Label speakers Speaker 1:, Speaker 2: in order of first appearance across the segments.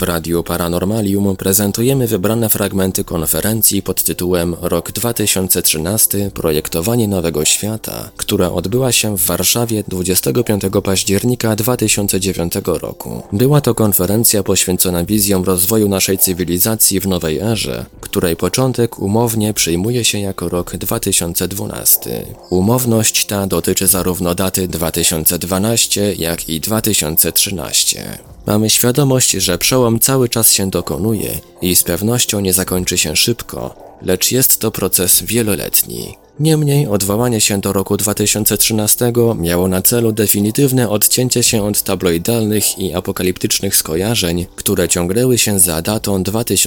Speaker 1: Radiu Paranormalium prezentujemy wybrane fragmenty konferencji pod tytułem Rok 2013 – Projektowanie Nowego Świata, która odbyła się w Warszawie 25 października 2009 roku. Była to konferencja poświęcona wizjom rozwoju naszej cywilizacji w nowej erze, której początek umownie przyjmuje się jako rok 2012. Umowność ta dotyczy zarówno daty 2012, jak i 2013. Mamy świadomość, że przełom cały czas się dokonuje i z pewnością nie zakończy się szybko, lecz jest to proces wieloletni. Niemniej odwołanie się do roku 2013 miało na celu definitywne odcięcie się od tabloidalnych i apokaliptycznych skojarzeń, które ciągnęły się za datą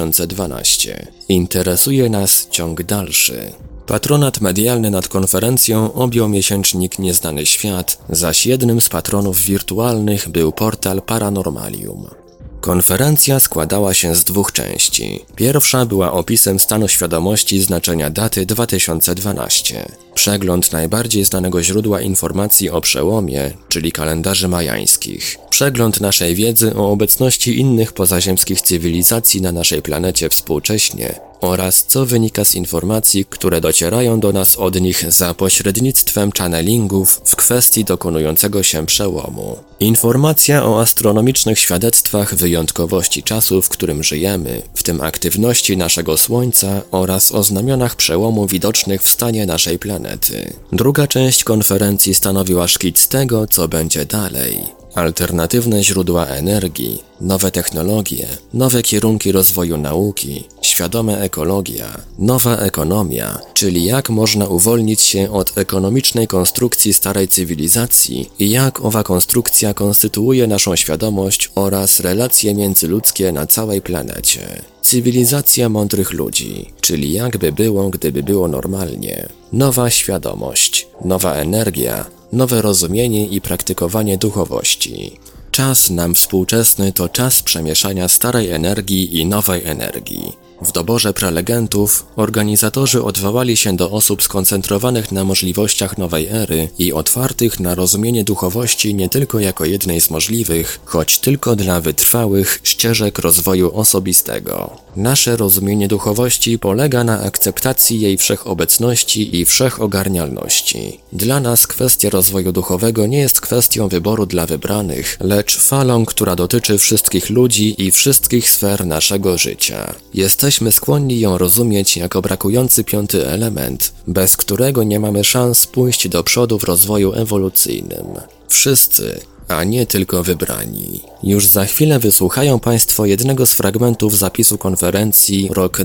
Speaker 1: 2012. Interesuje nas ciąg dalszy. Patronat medialny nad konferencją objął miesięcznik Nieznany Świat, zaś jednym z patronów wirtualnych był portal Paranormalium. Konferencja składała się z dwóch części. Pierwsza była opisem stanu świadomości znaczenia daty 2012. Przegląd najbardziej znanego źródła informacji o przełomie, czyli kalendarzy majańskich. Przegląd naszej wiedzy o obecności innych pozaziemskich cywilizacji na naszej planecie współcześnie oraz co wynika z informacji, które docierają do nas od nich za pośrednictwem channelingów w kwestii dokonującego się przełomu. Informacja o astronomicznych świadectwach wyjątkowości czasu, w którym żyjemy, w tym aktywności naszego Słońca oraz o znamionach przełomu widocznych w stanie naszej planety. Druga część konferencji stanowiła szkic tego, co będzie dalej. Alternatywne źródła energii, nowe technologie, nowe kierunki rozwoju nauki, świadoma ekologia, nowa ekonomia, czyli jak można uwolnić się od ekonomicznej konstrukcji starej cywilizacji i jak owa konstrukcja konstytuuje naszą świadomość oraz relacje międzyludzkie na całej planecie. Cywilizacja mądrych ludzi, czyli jakby było, gdyby było normalnie. Nowa świadomość, nowa energia, nowe rozumienie i praktykowanie duchowości. Czas nam współczesny to czas przemieszania starej energii i nowej energii. W doborze prelegentów organizatorzy odwołali się do osób skoncentrowanych na możliwościach nowej ery i otwartych na rozumienie duchowości nie tylko jako jednej z możliwych, choć tylko dla wytrwałych ścieżek rozwoju osobistego. Nasze rozumienie duchowości polega na akceptacji jej wszechobecności i wszechogarnialności. Dla nas kwestia rozwoju duchowego nie jest kwestią wyboru dla wybranych, lecz falą, która dotyczy wszystkich ludzi i wszystkich sfer naszego życia. Jesteśmy skłonni ją rozumieć jako brakujący piąty element, bez którego nie mamy szans pójść do przodu w rozwoju ewolucyjnym. Wszyscy, a nie tylko wybrani. Już za chwilę wysłuchają Państwo jednego z fragmentów zapisu konferencji Rok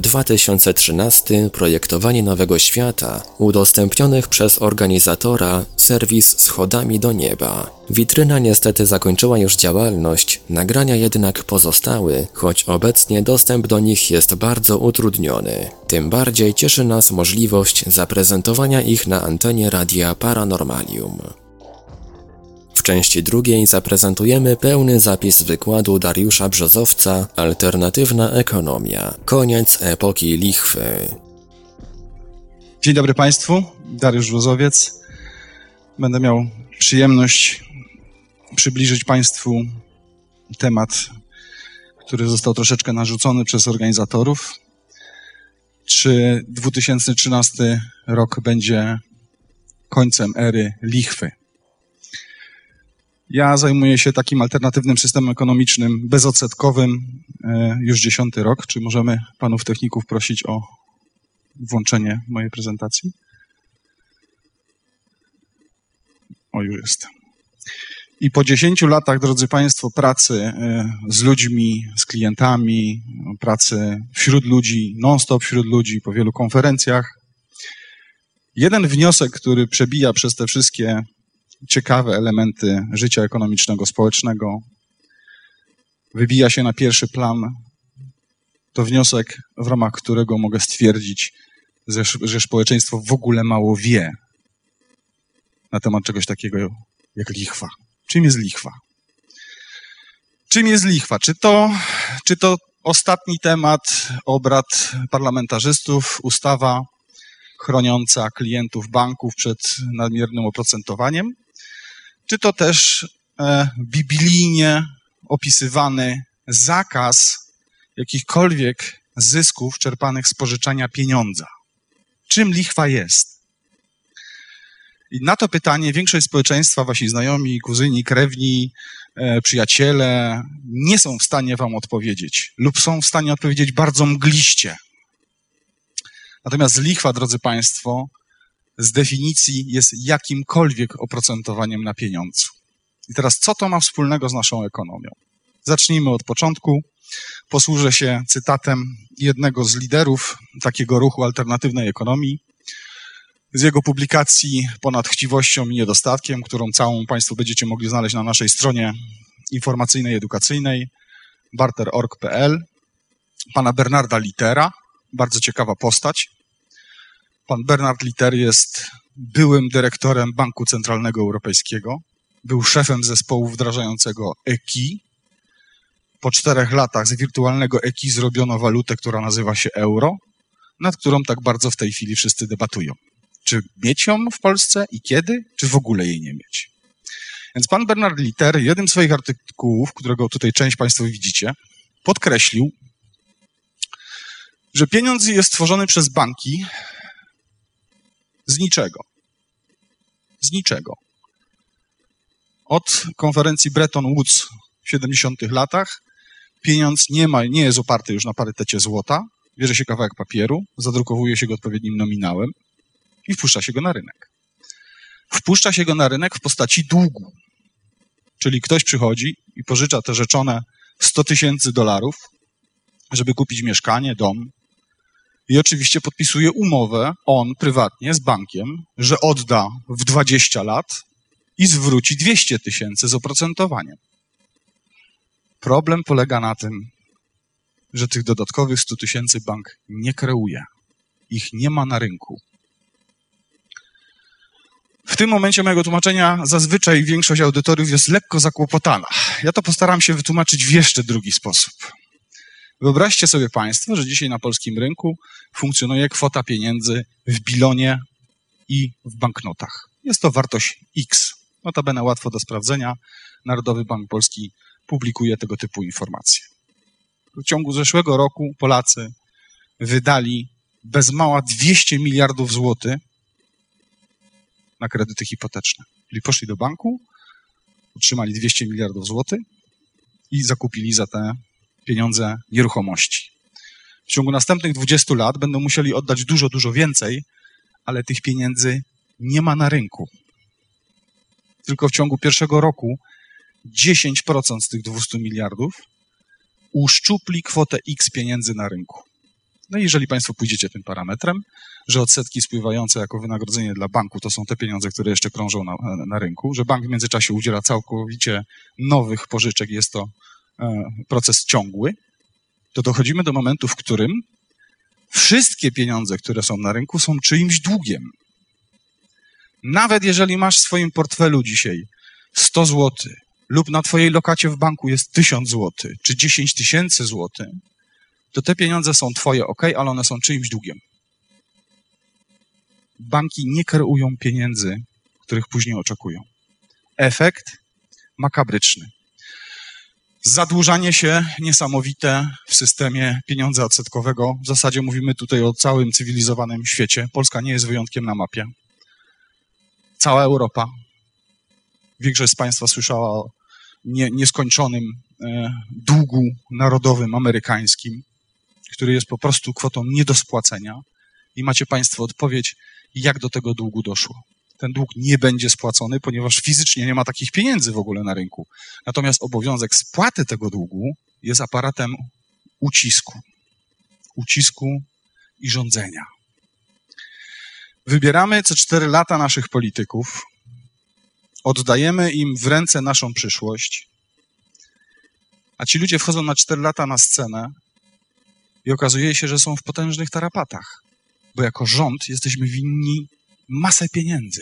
Speaker 1: 2013 – Projektowanie Nowego Świata, udostępnionych przez organizatora serwis Schodami do Nieba. Witryna niestety zakończyła już działalność, nagrania jednak pozostały, choć obecnie dostęp do nich jest bardzo utrudniony. Tym bardziej cieszy nas możliwość zaprezentowania ich na antenie Radia Paranormalium. W części drugiej zaprezentujemy pełny zapis wykładu Dariusza Brzozowca Alternatywna ekonomia. Koniec epoki lichwy.
Speaker 2: Dzień dobry Państwu, Dariusz Brzozowiec. Będę miał przyjemność przybliżyć Państwu temat, który został troszeczkę narzucony przez organizatorów. Czy 2013 rok będzie końcem ery lichwy? Ja zajmuję się takim alternatywnym systemem ekonomicznym bezodsetkowym już 10. rok. Czy możemy panów techników prosić o włączenie mojej prezentacji? O, już jest. I po 10 latach, drodzy Państwo, pracy z ludźmi, z klientami, pracy wśród ludzi, non-stop wśród ludzi, po wielu konferencjach, jeden wniosek, który przebija przez te wszystkie ciekawe elementy życia ekonomicznego, społecznego, wybija się na pierwszy plan, to wniosek, w ramach którego mogę stwierdzić, że społeczeństwo w ogóle mało wie na temat czegoś takiego jak lichwa. Czym jest lichwa? Czym jest lichwa? Czy to ostatni temat obrad parlamentarzystów, ustawa chroniąca klientów banków przed nadmiernym oprocentowaniem? czy to też biblijnie opisywany zakaz jakichkolwiek zysków czerpanych z pożyczania pieniądza. Czym lichwa jest? I na to pytanie większość społeczeństwa, wasi znajomi, kuzyni, krewni, przyjaciele nie są w stanie wam odpowiedzieć lub są w stanie odpowiedzieć bardzo mgliście. Natomiast lichwa, drodzy państwo, z definicji jest jakimkolwiek oprocentowaniem na pieniądzu. I teraz co to ma wspólnego z naszą ekonomią? Zacznijmy od początku. Posłużę się cytatem jednego z liderów takiego ruchu alternatywnej ekonomii, z jego publikacji Ponad chciwością i niedostatkiem, którą całą państwo będziecie mogli znaleźć na naszej stronie informacyjnej, edukacyjnej, barter.org.pl, pana Bernarda Littera, bardzo ciekawa postać. Pan Bernard Litter jest byłym dyrektorem Banku Centralnego Europejskiego, był szefem zespołu wdrażającego EKI. Po 4 latach z wirtualnego EKI zrobiono walutę, która nazywa się euro, nad którą tak bardzo w tej chwili wszyscy debatują. Czy mieć ją w Polsce i kiedy, czy w ogóle jej nie mieć? Więc pan Bernard Litter, jednym z swoich artykułów, którego tutaj część państwo widzicie, podkreślił, że pieniądz jest tworzony przez banki z niczego. Z niczego. Od konferencji Bretton Woods w 70 latach pieniądz nie jest oparty już na parytecie złota, bierze się kawałek papieru, zadrukowuje się go odpowiednim nominałem i wpuszcza się go na rynek. Wpuszcza się go na rynek w postaci długu. Czyli ktoś przychodzi i pożycza te rzeczone $100,000, żeby kupić mieszkanie, dom i oczywiście podpisuje umowę on prywatnie z bankiem, że odda w 20 lat i zwróci 200,000 z oprocentowaniem. Problem polega na tym, że tych dodatkowych 100,000 bank nie kreuje. Ich nie ma na rynku. W tym momencie mojego tłumaczenia zazwyczaj większość audytoriów jest lekko zakłopotana. Ja to postaram się wytłumaczyć w jeszcze drugi sposób. Wyobraźcie sobie państwo, że dzisiaj na polskim rynku funkcjonuje kwota pieniędzy w bilonie i w banknotach. Jest to wartość X. Notabene łatwo do sprawdzenia. Narodowy Bank Polski publikuje tego typu informacje. W ciągu zeszłego roku Polacy wydali bez mała 200 miliardów złotych na kredyty hipoteczne. Czyli poszli do banku, otrzymali 200 miliardów złotych i zakupili za te pieniądze nieruchomości. W ciągu następnych 20 lat będą musieli oddać dużo, dużo więcej, ale tych pieniędzy nie ma na rynku. Tylko w ciągu pierwszego roku 10% z tych 200 miliardów uszczupli kwotę X pieniędzy na rynku. No i jeżeli państwo pójdziecie tym parametrem, że odsetki spływające jako wynagrodzenie dla banku to są te pieniądze, które jeszcze krążą na rynku, że bank w międzyczasie udziela całkowicie nowych pożyczek, jest to proces ciągły, to dochodzimy do momentu, w którym wszystkie pieniądze, które są na rynku, są czyimś długiem. Nawet jeżeli masz w swoim portfelu dzisiaj 100 zł lub na twojej lokacie w banku jest 1000 zł czy 10,000 złotych, to te pieniądze są twoje, ok, ale one są czyimś długiem. Banki nie kreują pieniędzy, których później oczekują. Efekt makabryczny. Zadłużanie się niesamowite w systemie pieniądza odsetkowego. W zasadzie mówimy tutaj o całym cywilizowanym świecie. Polska nie jest wyjątkiem na mapie. Cała Europa. Większość z państwa słyszała o nieskończonym długu narodowym amerykańskim, który jest po prostu kwotą nie do spłacenia. I macie państwo odpowiedź, jak do tego długu doszło. Ten dług nie będzie spłacony, ponieważ fizycznie nie ma takich pieniędzy w ogóle na rynku. Natomiast obowiązek spłaty tego długu jest aparatem ucisku i rządzenia. Wybieramy co 4 lata naszych polityków, oddajemy im w ręce naszą przyszłość, a ci ludzie wchodzą na 4 lata na scenę i okazuje się, że są w potężnych tarapatach, bo jako rząd jesteśmy winni masę pieniędzy.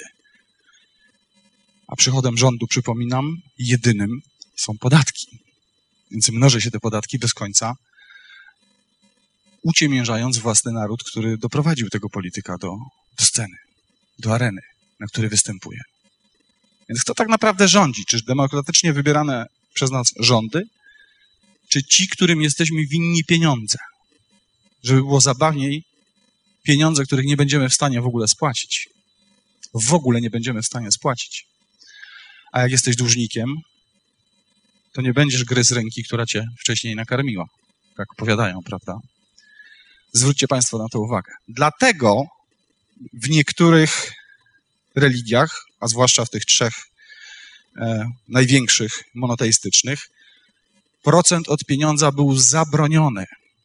Speaker 2: A przychodem rządu, przypominam, jedynym są podatki. Więc mnoży się te podatki bez końca, uciemiężając własny naród, który doprowadził tego polityka do sceny, do areny, na której występuje. Więc kto tak naprawdę rządzi? Czy demokratycznie wybierane przez nas rządy, czy ci, którym jesteśmy winni pieniądze? Żeby było zabawniej, pieniądze, których nie będziemy w stanie w ogóle spłacić. W ogóle nie będziemy w stanie spłacić. A jak jesteś dłużnikiem, to nie będziesz gryzł ręki, która cię wcześniej nakarmiła. Tak powiadają, prawda? Zwróćcie Państwo na to uwagę. Dlatego w niektórych religiach, a zwłaszcza w tych trzech największych monoteistycznych, procent od pieniądza był zabroniony.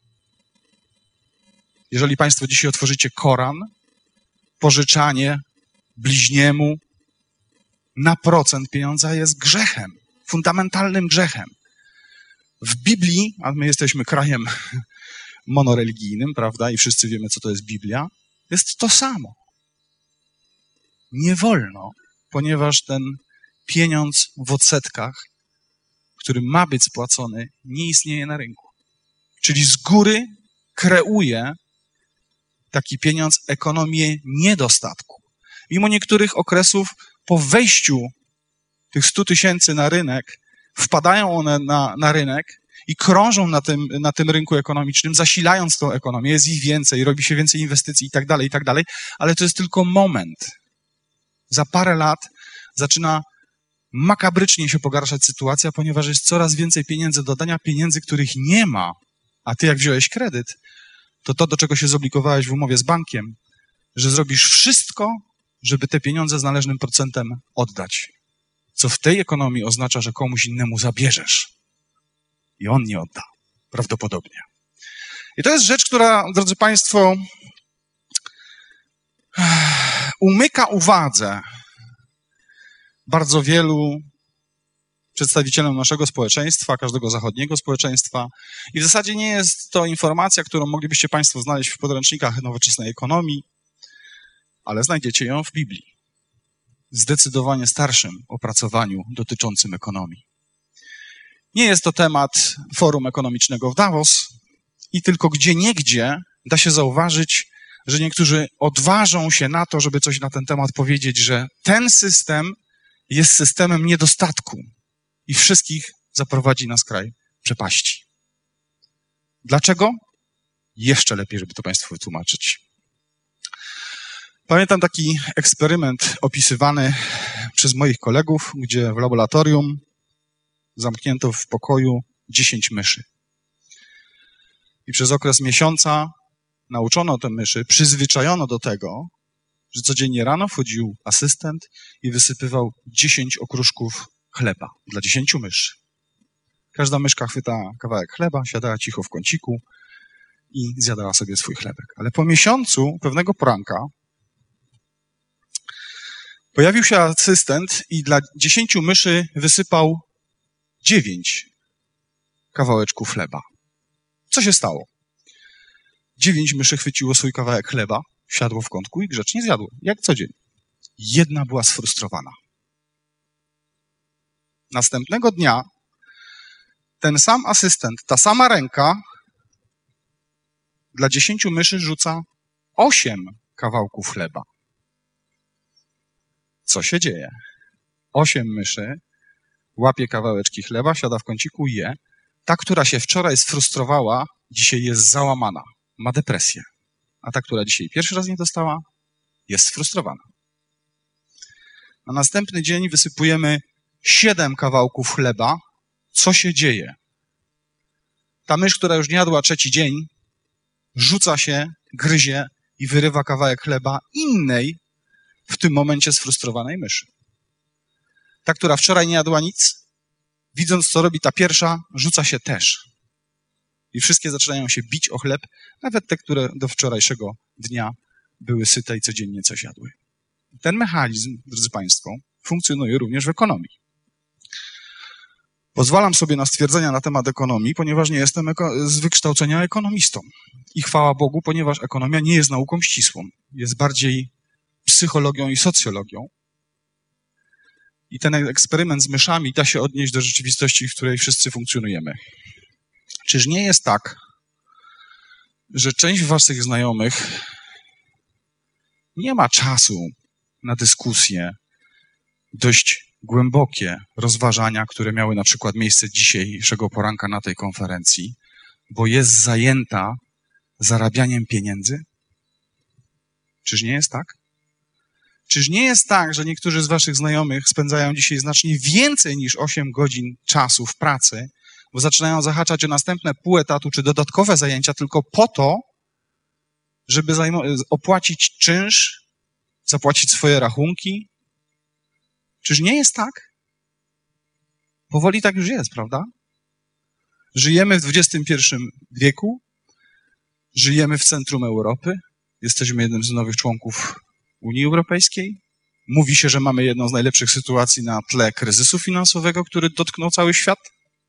Speaker 2: Jeżeli Państwo dzisiaj otworzycie Koran, pożyczanie bliźniemu na procent pieniądza jest grzechem, fundamentalnym grzechem. W Biblii, a my jesteśmy krajem monoreligijnym, prawda, i wszyscy wiemy, co to jest Biblia, jest to samo. Nie wolno, ponieważ ten pieniądz w odsetkach, który ma być spłacony, nie istnieje na rynku. Czyli z góry kreuje taki pieniądz ekonomię niedostatku. Mimo niektórych okresów po wejściu tych 100 000 na rynek, wpadają one na rynek i krążą na tym rynku ekonomicznym, zasilając tą ekonomię. Jest ich więcej, robi się więcej inwestycji i tak dalej, ale to jest tylko moment. Za parę lat zaczyna makabrycznie się pogarszać sytuacja, ponieważ jest coraz więcej pieniędzy do dania, pieniędzy, których nie ma. A ty jak wziąłeś kredyt, to do czego się zobligowałeś w umowie z bankiem, że zrobisz wszystko, żeby te pieniądze z należnym procentem oddać. Co w tej ekonomii oznacza, że komuś innemu zabierzesz. I on nie odda. Prawdopodobnie. I to jest rzecz, która, drodzy Państwo, umyka uwadze bardzo wielu przedstawicielom naszego społeczeństwa, każdego zachodniego społeczeństwa. I w zasadzie nie jest to informacja, którą moglibyście Państwo znaleźć w podręcznikach nowoczesnej ekonomii, ale znajdziecie ją w Biblii. Zdecydowanie starszym opracowaniu dotyczącym ekonomii. Nie jest to temat forum ekonomicznego w Davos i tylko gdzieniegdzie da się zauważyć, że niektórzy odważą się na to, żeby coś na ten temat powiedzieć, że ten system jest systemem niedostatku i wszystkich zaprowadzi na skraj przepaści. Dlaczego? Jeszcze lepiej, żeby to Państwu wytłumaczyć. Pamiętam taki eksperyment opisywany przez moich kolegów, gdzie w laboratorium zamknięto w pokoju 10 myszy. I przez okres miesiąca nauczono te myszy, przyzwyczajono do tego, że codziennie rano wchodził asystent i wysypywał 10 okruszków chleba dla 10 myszy. Każda myszka chwytała kawałek chleba, siadała cicho w kąciku i zjadała sobie swój chlebek. Ale po miesiącu pewnego poranka pojawił się asystent i dla 10 myszy wysypał 9 kawałeczków chleba. Co się stało? 9 myszy chwyciło swój kawałek chleba, siadło w kątku i grzecznie zjadło, jak codziennie. Jedna była sfrustrowana. Następnego dnia ten sam asystent, ta sama ręka dla 10 myszy rzuca 8 kawałków chleba. Co się dzieje? 8 myszy łapie kawałeczki chleba, siada w kąciku i je. Ta, która się wczoraj sfrustrowała, dzisiaj jest załamana, ma depresję. A ta, która dzisiaj pierwszy raz nie dostała, jest sfrustrowana. Na następny dzień wysypujemy 7 kawałków chleba. Co się dzieje? Ta mysz, która już nie jadła trzeci dzień, rzuca się, gryzie i wyrywa kawałek chleba innej, w tym momencie sfrustrowanej myszy. Ta, która wczoraj nie jadła nic, widząc, co robi ta pierwsza, rzuca się też. I wszystkie zaczynają się bić o chleb, nawet te, które do wczorajszego dnia były syte i codziennie coś jadły. Ten mechanizm, drodzy Państwo, funkcjonuje również w ekonomii. Pozwalam sobie na stwierdzenia na temat ekonomii, ponieważ nie jestem z wykształcenia ekonomistą. I chwała Bogu, ponieważ ekonomia nie jest nauką ścisłą. Jest bardziej psychologią i socjologią. I ten eksperyment z myszami da się odnieść do rzeczywistości, w której wszyscy funkcjonujemy. Czyż nie jest tak, że część waszych znajomych nie ma czasu na dyskusję dość głębokie rozważania, które miały na przykład miejsce dzisiejszego poranka na tej konferencji, bo jest zajęta zarabianiem pieniędzy? Czyż nie jest tak? Czyż nie jest tak, że niektórzy z waszych znajomych spędzają dzisiaj znacznie więcej niż 8 godzin czasu w pracy, bo zaczynają zahaczać o następne pół etatu czy dodatkowe zajęcia tylko po to, żeby opłacić czynsz, zapłacić swoje rachunki? Czyż nie jest tak? Powoli tak już jest, prawda? Żyjemy w XXI wieku, żyjemy w centrum Europy, jesteśmy jednym z nowych członków Unii Europejskiej. Mówi się, że mamy jedną z najlepszych sytuacji na tle kryzysu finansowego, który dotknął cały świat.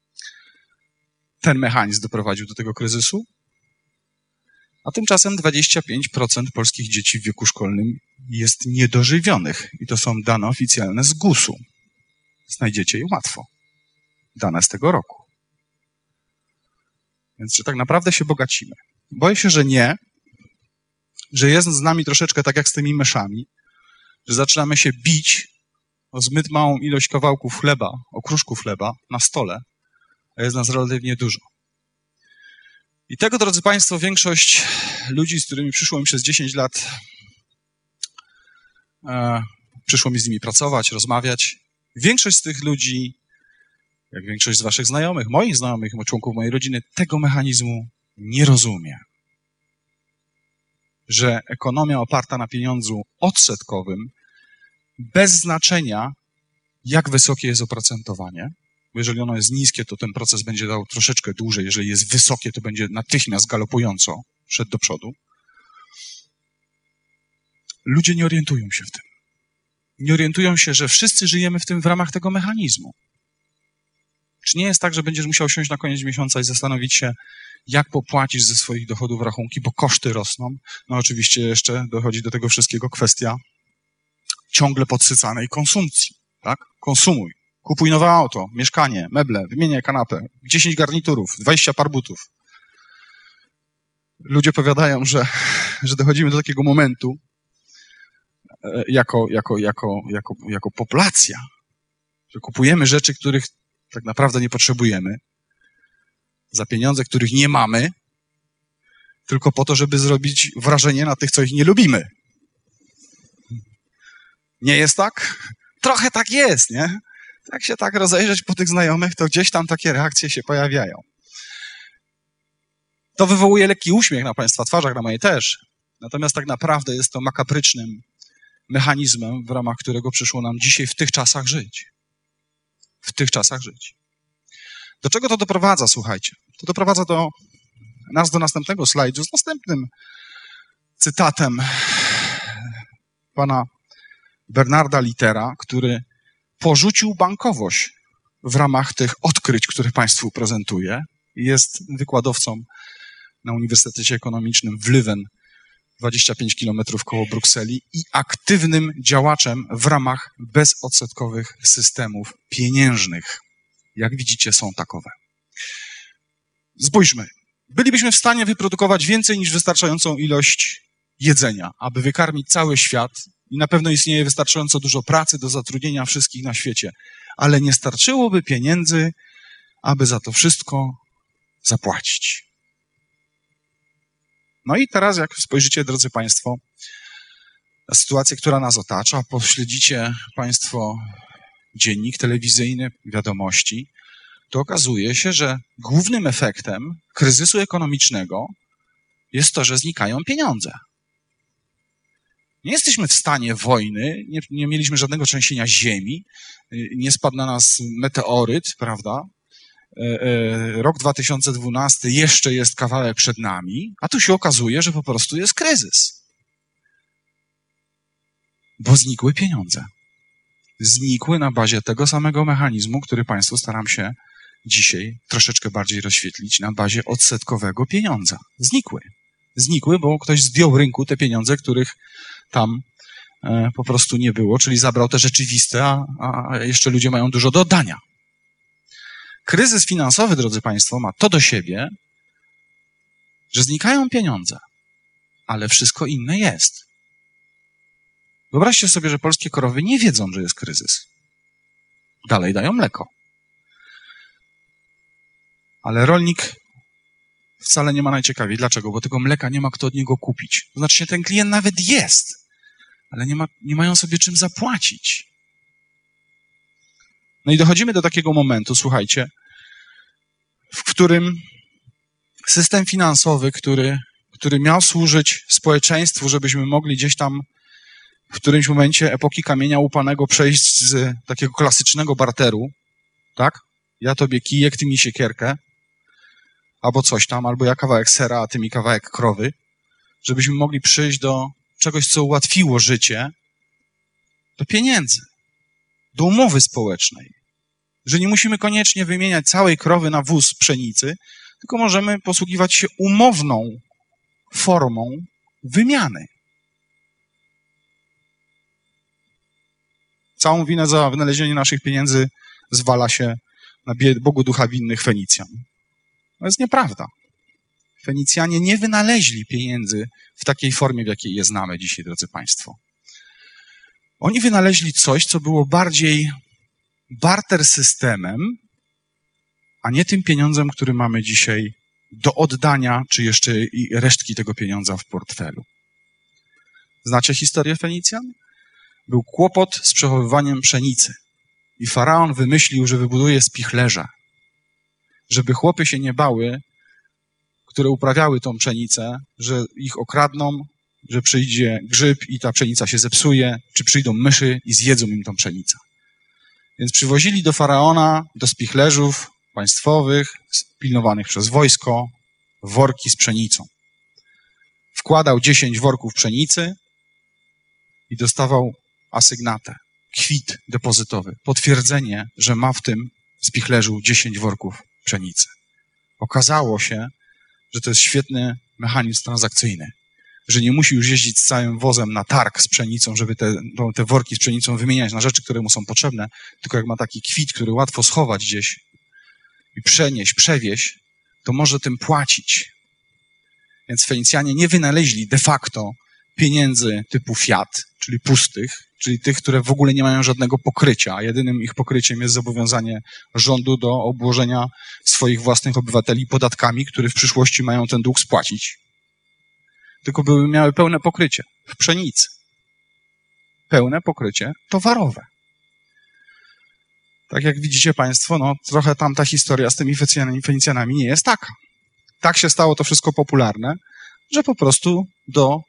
Speaker 2: Ten mechanizm doprowadził do tego kryzysu. A tymczasem 25% polskich dzieci w wieku szkolnym jest niedożywionych. I to są dane oficjalne z GUS-u. Znajdziecie je łatwo. Dane z tego roku. Więc czy tak naprawdę się bogacimy? Boję się, że nie. Że jest z nami troszeczkę tak jak z tymi myszami. Że zaczynamy się bić o zbyt małą ilość kawałków chleba, okruszków chleba na stole, a jest nas relatywnie dużo. I tego, drodzy Państwo, większość ludzi, z którymi przyszło mi przez 10 lat, przyszło mi z nimi pracować, rozmawiać. Większość z tych ludzi, jak większość z waszych znajomych, moich znajomych, członków mojej rodziny, tego mechanizmu nie rozumie. Że ekonomia oparta na pieniądzu odsetkowym, bez znaczenia, jak wysokie jest oprocentowanie, bo jeżeli ono jest niskie, to ten proces będzie dał troszeczkę dłużej. Jeżeli jest wysokie, to będzie natychmiast galopująco szedł do przodu. Ludzie nie orientują się w tym. Nie orientują się, że wszyscy żyjemy w ramach tego mechanizmu. Czy nie jest tak, że będziesz musiał siąść na koniec miesiąca i zastanowić się, jak popłacić ze swoich dochodów rachunki, bo koszty rosną? No oczywiście jeszcze dochodzi do tego wszystkiego kwestia ciągle podsycanej konsumpcji. Tak? Konsumuj. Kupuj nowe auto, mieszkanie, meble, wymieniaj kanapę, 10 garniturów, 20 par butów. Ludzie powiadają, że dochodzimy do takiego momentu jako populacja, że kupujemy rzeczy, których tak naprawdę nie potrzebujemy, za pieniądze, których nie mamy, tylko po to, żeby zrobić wrażenie na tych, co ich nie lubimy. Nie jest tak? Trochę tak jest, nie? Jak się tak rozejrzeć po tych znajomych, to gdzieś tam takie reakcje się pojawiają. To wywołuje lekki uśmiech na Państwa twarzach, na mojej też. Natomiast tak naprawdę jest to makabrycznym mechanizmem, w ramach którego przyszło nam dzisiaj w tych czasach żyć. W tych czasach żyć. Do czego to doprowadza, słuchajcie? To doprowadza nas do następnego slajdu z następnym cytatem pana Bernarda Littera, który porzucił bankowość w ramach tych odkryć, które Państwu prezentuję. Jest wykładowcą na Uniwersytecie Ekonomicznym w Leuven, 25 kilometrów koło Brukseli i aktywnym działaczem w ramach bezodsetkowych systemów pieniężnych. Jak widzicie, są takowe. Spójrzmy. Bylibyśmy w stanie wyprodukować więcej niż wystarczającą ilość jedzenia, aby wykarmić cały świat i na pewno istnieje wystarczająco dużo pracy do zatrudnienia wszystkich na świecie, ale nie starczyłoby pieniędzy, aby za to wszystko zapłacić. No i teraz, jak spojrzycie, drodzy Państwo, na sytuację, która nas otacza, pośledzicie Państwo dziennik telewizyjny, wiadomości, to okazuje się, że głównym efektem kryzysu ekonomicznego jest to, że znikają pieniądze. Nie jesteśmy w stanie wojny, nie mieliśmy żadnego trzęsienia ziemi, nie spadł na nas meteoryt, prawda? Rok 2012 jeszcze jest kawałek przed nami, a tu się okazuje, że po prostu jest kryzys. Bo znikły pieniądze. Znikły na bazie tego samego mechanizmu, który Państwu staram się dzisiaj troszeczkę bardziej rozświetlić, na bazie odsetkowego pieniądza. Znikły. Znikły, bo ktoś zdjął rynku te pieniądze, których tam po prostu nie było, czyli zabrał te rzeczywiste, a jeszcze ludzie mają dużo do oddania. Kryzys finansowy, drodzy Państwo, ma to do siebie, że znikają pieniądze, ale wszystko inne jest. Wyobraźcie sobie, że polskie krowy nie wiedzą, że jest kryzys. dalej dają mleko. Ale rolnik wcale nie ma najciekawiej. Dlaczego? Bo tego mleka nie ma kto od niego kupić. To znaczy, ten klient nawet jest, ale nie mają sobie czym zapłacić. No i dochodzimy do takiego momentu, słuchajcie, w którym system finansowy, który miał służyć społeczeństwu, żebyśmy mogli gdzieś tam w którymś momencie epoki kamienia łupanego przejść z takiego klasycznego barteru, tak? Ja tobie kijek, ty mi siekierkę, albo coś tam, albo ja kawałek sera, a ty mi kawałek krowy, żebyśmy mogli przyjść do czegoś, co ułatwiło życie, do pieniędzy, do umowy społecznej. Że nie musimy koniecznie wymieniać całej krowy na wóz pszenicy, tylko możemy posługiwać się umowną formą wymiany. Całą winę za wynalezienie naszych pieniędzy zwala się na Bogu ducha winnych Fenicjan. To jest nieprawda. Fenicjanie nie wynaleźli pieniędzy w takiej formie, w jakiej je znamy dzisiaj, drodzy Państwo. Oni wynaleźli coś, co było bardziej barter systemem, a nie tym pieniądzem, który mamy dzisiaj do oddania, czy jeszcze i resztki tego pieniądza w portfelu. Znacie historię Fenicjan? Był kłopot z przechowywaniem pszenicy i faraon wymyślił, że wybuduje spichlerze, żeby chłopy się nie bały, które uprawiały tą pszenicę, że ich okradną, że przyjdzie grzyb i ta pszenica się zepsuje, czy przyjdą myszy i zjedzą im tą pszenicę. Więc przywozili do faraona, do spichlerzów państwowych, pilnowanych przez wojsko, worki z pszenicą. Wkładał 10 worków pszenicy i dostawał asygnatę, kwit depozytowy, potwierdzenie, że ma w tym spichlerzu 10 worków pszenicy. Okazało się, że to jest świetny mechanizm transakcyjny, że nie musi już jeździć z całym wozem na targ z pszenicą, żeby te worki z pszenicą wymieniać na rzeczy, które mu są potrzebne, tylko jak ma taki kwit, który łatwo schować gdzieś i przenieść, przewieźć, to może tym płacić. Więc Fenicjanie nie wynaleźli de facto pieniędzy typu fiat, czyli pustych, czyli tych, które w ogóle nie mają żadnego pokrycia, a jedynym ich pokryciem jest zobowiązanie rządu do obłożenia swoich własnych obywateli podatkami, które w przyszłości mają ten dług spłacić. Tylko miały pełne pokrycie w pszenicy. Pełne pokrycie towarowe. Tak jak widzicie Państwo, no trochę tam ta historia z tymi Fenicjanami nie jest taka. Tak się stało to wszystko popularne, że po prostu do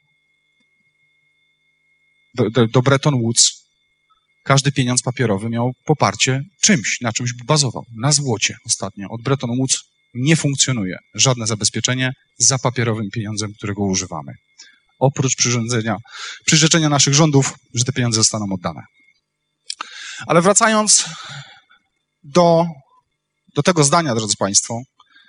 Speaker 2: Bretton Woods każdy pieniądz papierowy miał poparcie czymś, na czymś bazował. Na złocie ostatnio. Od Bretton Woods nie funkcjonuje żadne zabezpieczenie za papierowym pieniądzem, którego używamy. Oprócz przyrzeczenia naszych rządów, że te pieniądze zostaną oddane. Ale wracając do tego zdania, drodzy Państwo,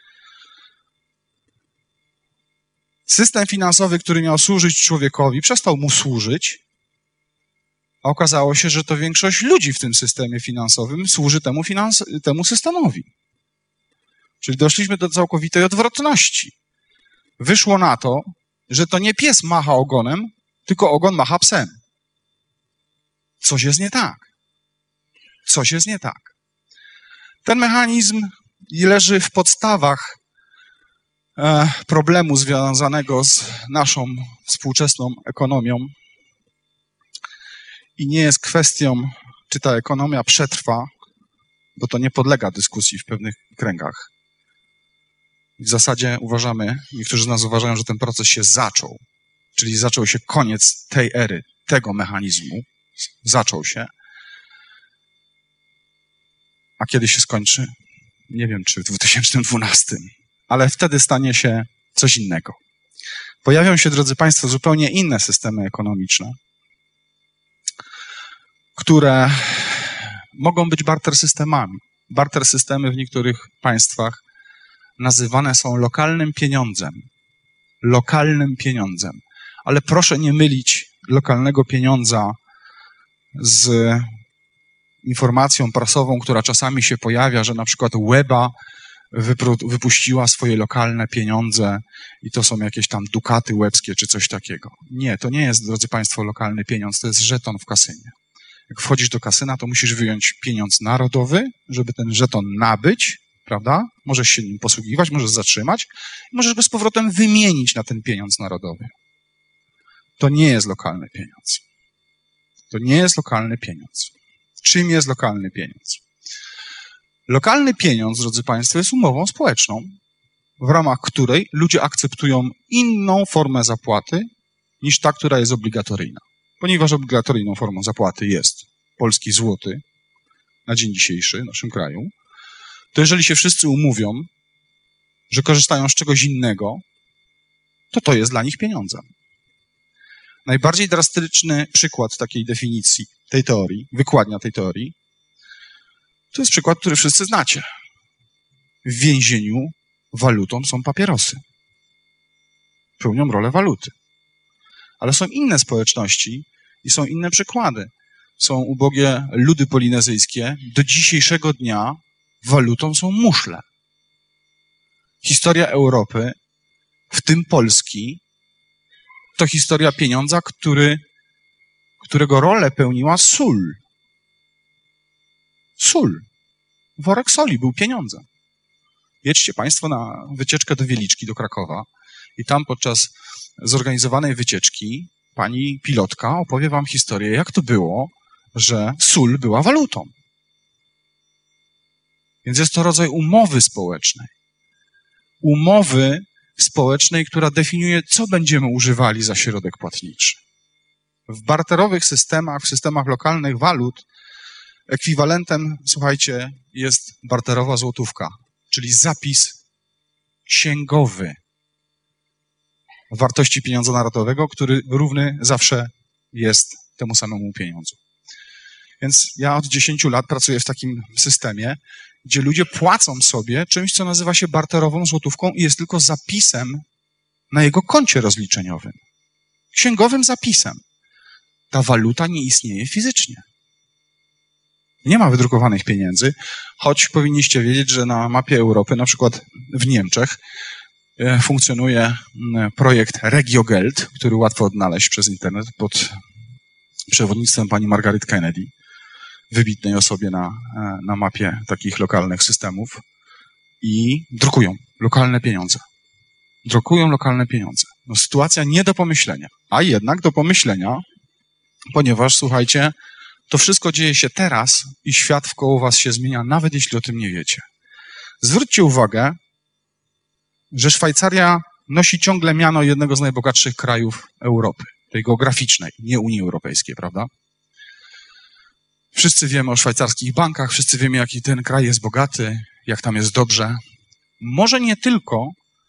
Speaker 2: system finansowy, który miał służyć człowiekowi, przestał mu służyć, a okazało się, że to większość ludzi w tym systemie finansowym służy temu systemowi. Czyli doszliśmy do całkowitej odwrotności. Wyszło na to, że to nie pies macha ogonem, tylko ogon macha psem. Coś jest nie tak. Coś jest nie tak. Ten mechanizm leży w podstawach problemu związanego z naszą współczesną ekonomią i nie jest kwestią, czy ta ekonomia przetrwa, bo to nie podlega dyskusji w pewnych kręgach. W zasadzie niektórzy z nas uważają, że ten proces się zaczął, czyli zaczął się koniec tej ery, tego mechanizmu. Zaczął się. A kiedy się skończy? Nie wiem, czy w 2012, ale wtedy stanie się coś innego. Pojawią się, drodzy Państwo, zupełnie inne systemy ekonomiczne, które mogą być barter systemami. Barter systemy w niektórych państwach nazywane są lokalnym pieniądzem. Lokalnym pieniądzem. Ale proszę nie mylić lokalnego pieniądza z informacją prasową, która czasami się pojawia, że na przykład Łeba wypuściła swoje lokalne pieniądze i to są jakieś tam dukaty łebskie czy coś takiego. Nie, to nie jest, drodzy Państwo, lokalny pieniądz, to jest żeton w kasynie. Jak wchodzisz do kasyna, to musisz wyjąć pieniądz narodowy, żeby ten żeton nabyć, prawda? Możesz się nim posługiwać, możesz zatrzymać, możesz go z powrotem wymienić na ten pieniądz narodowy. To nie jest lokalny pieniądz. To nie jest lokalny pieniądz. Czym jest lokalny pieniądz? Lokalny pieniądz, drodzy Państwo, jest umową społeczną, w ramach której ludzie akceptują inną formę zapłaty niż ta, która jest obligatoryjna. Ponieważ obligatoryjną formą zapłaty jest polski złoty na dzień dzisiejszy w naszym kraju, to jeżeli się wszyscy umówią, że korzystają z czegoś innego, to jest dla nich pieniądzem. Najbardziej drastyczny przykład takiej definicji, tej teorii, wykładnia tej teorii, to jest przykład, który wszyscy znacie. W więzieniu walutą są papierosy. Pełnią rolę waluty. Ale są inne społeczności i są inne przykłady. Są ubogie ludy polinezyjskie. Do dzisiejszego dnia walutą są muszle. Historia Europy, w tym Polski, to historia pieniądza, którego rolę pełniła sól. Sól. Worek soli był pieniądzem. Jedźcie Państwo na wycieczkę do Wieliczki, do Krakowa i tam podczas zorganizowanej wycieczki pani pilotka opowie wam historię, jak to było, że sól była walutą. Więc jest to rodzaj umowy społecznej. Umowy społecznej, która definiuje, co będziemy używali za środek płatniczy. W barterowych systemach, w systemach lokalnych walut ekwiwalentem, słuchajcie, jest barterowa złotówka, czyli zapis księgowy wartości pieniądza narodowego, który równy zawsze jest temu samemu pieniądzu. Więc ja od 10 lat pracuję w takim systemie, gdzie ludzie płacą sobie czymś, co nazywa się barterową złotówką i jest tylko zapisem na jego koncie rozliczeniowym. Księgowym zapisem. Ta waluta nie istnieje fizycznie. Nie ma wydrukowanych pieniędzy, choć powinniście wiedzieć, że na mapie Europy, na przykład w Niemczech, funkcjonuje projekt RegioGeld, który łatwo odnaleźć przez internet pod przewodnictwem pani Margaret Kennedy, wybitnej osobie na mapie takich lokalnych systemów, i drukują lokalne pieniądze. Drukują lokalne pieniądze. No, sytuacja nie do pomyślenia, a jednak do pomyślenia, ponieważ, słuchajcie, to wszystko dzieje się teraz i świat wkoło was się zmienia, nawet jeśli o tym nie wiecie. Zwróćcie uwagę, że Szwajcaria nosi ciągle miano jednego z najbogatszych krajów Europy, tej geograficznej, nie Unii Europejskiej, prawda? Wszyscy wiemy o szwajcarskich bankach, wszyscy wiemy, jaki ten kraj jest bogaty, jak tam jest dobrze. Może nie tylko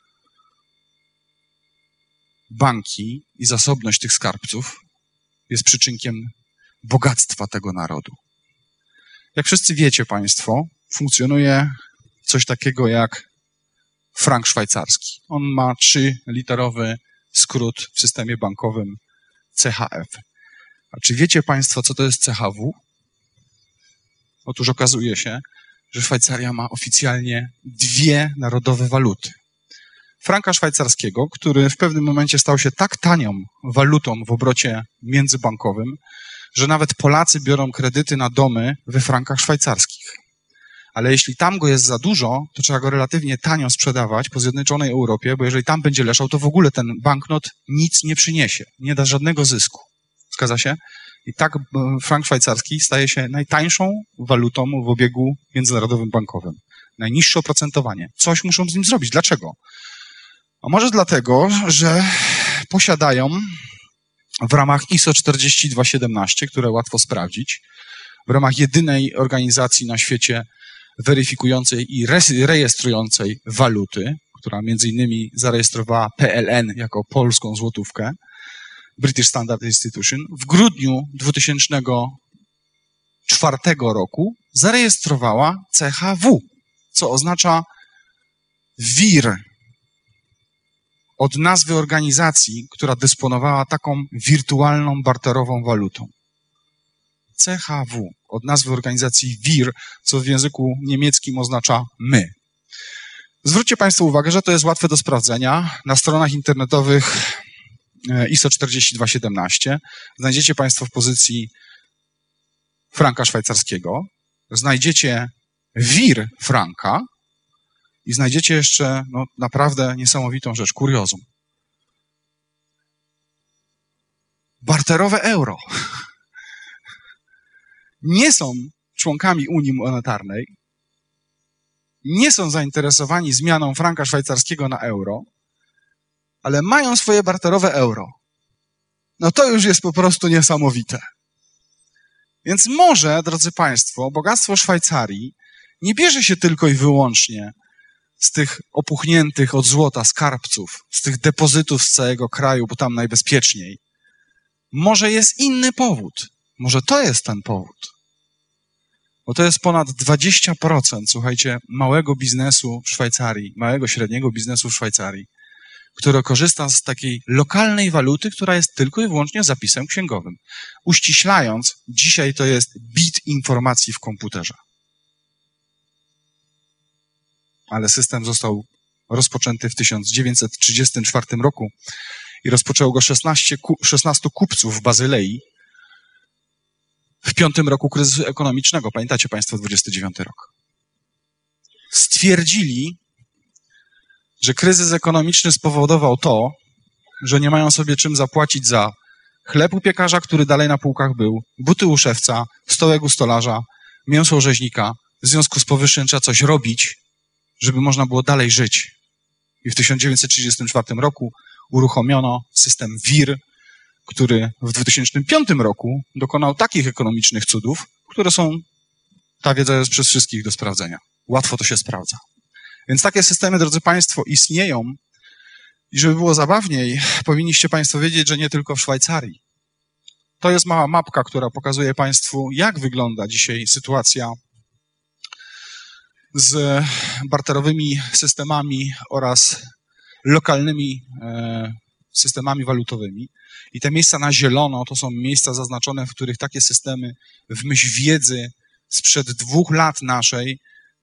Speaker 2: banki i zasobność tych skarbców jest przyczynkiem bogactwa tego narodu. Jak wszyscy wiecie Państwo, funkcjonuje coś takiego jak frank szwajcarski. On ma 3-literowy skrót w systemie bankowym CHF. A czy wiecie Państwo, co to jest CHW? Otóż okazuje się, że Szwajcaria ma oficjalnie 2 narodowe waluty. Franka szwajcarskiego, który w pewnym momencie stał się tak tanią walutą w obrocie międzybankowym, że nawet Polacy biorą kredyty na domy we frankach szwajcarskich. Ale jeśli tam go jest za dużo, to trzeba go relatywnie tanio sprzedawać po zjednoczonej Europie, bo jeżeli tam będzie leżał, to w ogóle ten banknot nic nie przyniesie, nie da żadnego zysku. Zgadza się? I tak frank szwajcarski staje się najtańszą walutą w obiegu międzynarodowym bankowym. Najniższe oprocentowanie. Coś muszą z nim zrobić. Dlaczego? A może dlatego, że posiadają w ramach ISO 40217, które łatwo sprawdzić, w ramach jedynej organizacji na świecie weryfikującej i rejestrującej waluty, która między innymi zarejestrowała PLN jako polską złotówkę, British Standard Institution, w grudniu 2004 roku zarejestrowała CHW, co oznacza WIR, od nazwy organizacji, która dysponowała taką wirtualną, barterową walutą. CHW, od nazwy organizacji WIR, co w języku niemieckim oznacza my. Zwróćcie Państwo uwagę, że to jest łatwe do sprawdzenia. Na stronach internetowych ISO 40217 znajdziecie Państwo w pozycji franka szwajcarskiego, znajdziecie wir franka i znajdziecie jeszcze naprawdę niesamowitą rzecz, kuriozum. Barterowe euro. Nie są członkami Unii Monetarnej, nie są zainteresowani zmianą franka szwajcarskiego na euro, ale mają swoje barterowe euro. No to już jest po prostu niesamowite. Więc może, drodzy Państwo, bogactwo Szwajcarii nie bierze się tylko i wyłącznie z tych opuchniętych od złota skarbców, z tych depozytów z całego kraju, bo tam najbezpieczniej. Może jest inny powód. Może to jest ten powód. Bo to jest ponad 20%, słuchajcie, małego biznesu w Szwajcarii, małego, średniego biznesu w Szwajcarii, który korzysta z takiej lokalnej waluty, która jest tylko i wyłącznie zapisem księgowym. Uściślając, dzisiaj to jest bit informacji w komputerze. Ale system został rozpoczęty w 1934 roku i rozpoczęło go 16 kupców w Bazylei w 5. roku kryzysu ekonomicznego. Pamiętacie Państwo 29 rok. Stwierdzili, że kryzys ekonomiczny spowodował to, że nie mają sobie czym zapłacić za chleb u piekarza, który dalej na półkach był, buty u szewca, stołek u stolarza, mięso u rzeźnika. W związku z powyższym trzeba coś robić, żeby można było dalej żyć. I w 1934 roku uruchomiono system WIR, który w 2005 roku dokonał takich ekonomicznych cudów, które są, ta wiedza jest przez wszystkich do sprawdzenia. Łatwo to się sprawdza. Więc takie systemy, drodzy Państwo, istnieją i żeby było zabawniej, powinniście Państwo wiedzieć, że nie tylko w Szwajcarii. To jest mała mapka, która pokazuje Państwu, jak wygląda dzisiaj sytuacja z barterowymi systemami oraz lokalnymi systemami walutowymi. I te miejsca na zielono to są miejsca zaznaczone, w których takie systemy w myśl wiedzy sprzed 2 lat naszej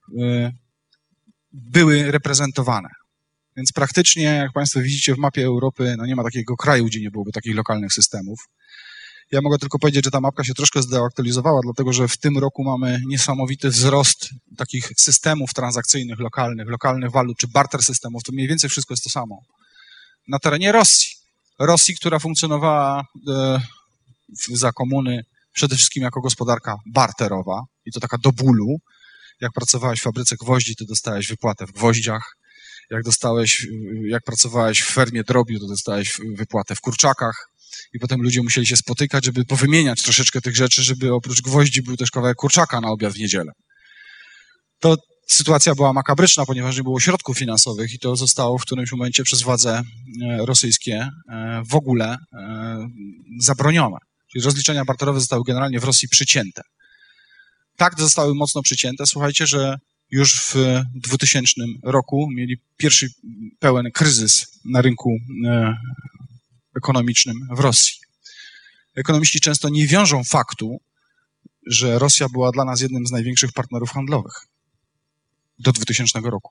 Speaker 2: były reprezentowane. Więc praktycznie, jak Państwo widzicie w mapie Europy, no nie ma takiego kraju, gdzie nie byłoby takich lokalnych systemów. Ja mogę tylko powiedzieć, że ta mapka się troszkę zdeaktualizowała, dlatego że w tym roku mamy niesamowity wzrost takich systemów transakcyjnych lokalnych walut, czy barter systemów. To mniej więcej wszystko jest to samo. Na terenie Rosji. Rosji, która funkcjonowała za komuny przede wszystkim jako gospodarka barterowa i to taka do bólu. Jak pracowałeś w fabryce gwoździ, to dostałeś wypłatę w gwoździach. Jak pracowałeś w fermie drobiu, to dostałeś wypłatę w kurczakach. I potem ludzie musieli się spotykać, żeby powymieniać troszeczkę tych rzeczy, żeby oprócz gwoździ był też kawałek kurczaka na obiad w niedzielę. To sytuacja była makabryczna, ponieważ nie było środków finansowych i to zostało w którymś momencie przez władze rosyjskie w ogóle zabronione. Czyli rozliczenia barterowe zostały generalnie w Rosji przycięte. Tak zostały mocno przycięte, słuchajcie, że już w 2000 roku mieli pierwszy pełen kryzys na rynku ekonomicznym w Rosji. Ekonomiści często nie wiążą faktu, że Rosja była dla nas jednym z największych partnerów handlowych do 2000 roku.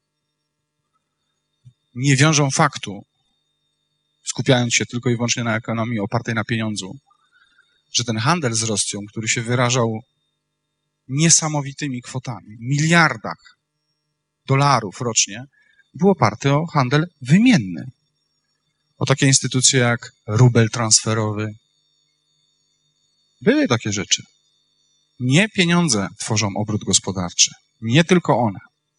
Speaker 2: Nie wiążą faktu, skupiając się tylko i wyłącznie na ekonomii opartej na pieniądzu, że ten handel z Rosją, który się wyrażał niesamowitymi kwotami, miliardach dolarów rocznie, był oparty o handel wymienny. O takie instytucje jak rubel transferowy. Były takie rzeczy. Nie pieniądze tworzą obrót gospodarczy. Nie tylko one.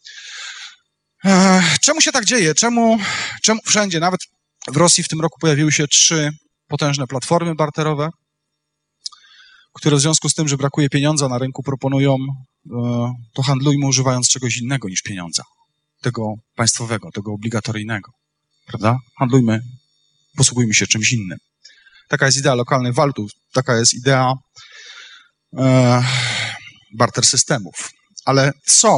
Speaker 2: Czemu się tak dzieje? Czemu wszędzie, nawet w Rosji w tym roku pojawiły się 3 potężne platformy barterowe, które w związku z tym, że brakuje pieniądza na rynku, proponują, to handlujmy używając czegoś innego niż pieniądza. Tego państwowego, tego obligatoryjnego. Prawda? Handlujmy, posługujmy się czymś innym. Taka jest idea lokalnych walut, taka jest idea barter systemów. Ale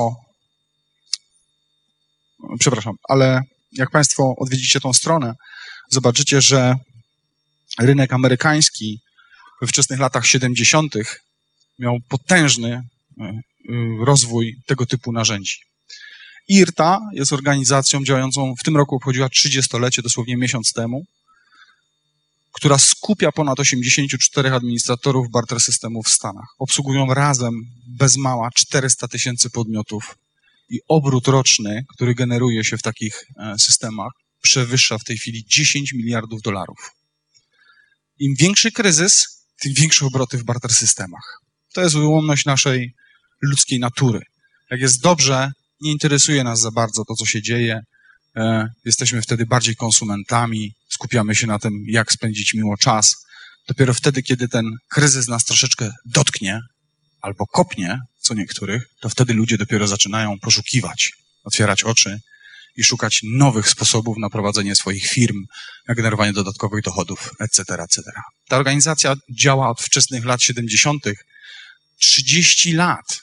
Speaker 2: ale jak Państwo odwiedzicie tą stronę, zobaczycie, że rynek amerykański we wczesnych latach 70. miał potężny rozwój tego typu narzędzi. IRTA jest organizacją działającą, w tym roku obchodziła 30-lecie, dosłownie miesiąc temu, która skupia ponad 84 administratorów barter systemów w Stanach. Obsługują razem bez mała 400 000 podmiotów i obrót roczny, który generuje się w takich systemach, przewyższa w tej chwili 10 miliardów dolarów. Im większy kryzys, tym większe obroty w barter systemach. To jest ułomność naszej ludzkiej natury. Jak jest dobrze, nie interesuje nas za bardzo to, co się dzieje. Jesteśmy wtedy bardziej konsumentami, skupiamy się na tym, jak spędzić miło czas. Dopiero wtedy, kiedy ten kryzys nas troszeczkę dotknie albo kopnie, co niektórych, to wtedy ludzie dopiero zaczynają poszukiwać, otwierać oczy i szukać nowych sposobów na prowadzenie swoich firm, na generowanie dodatkowych dochodów, etc., etc. Ta organizacja działa od wczesnych lat 70. 30 lat.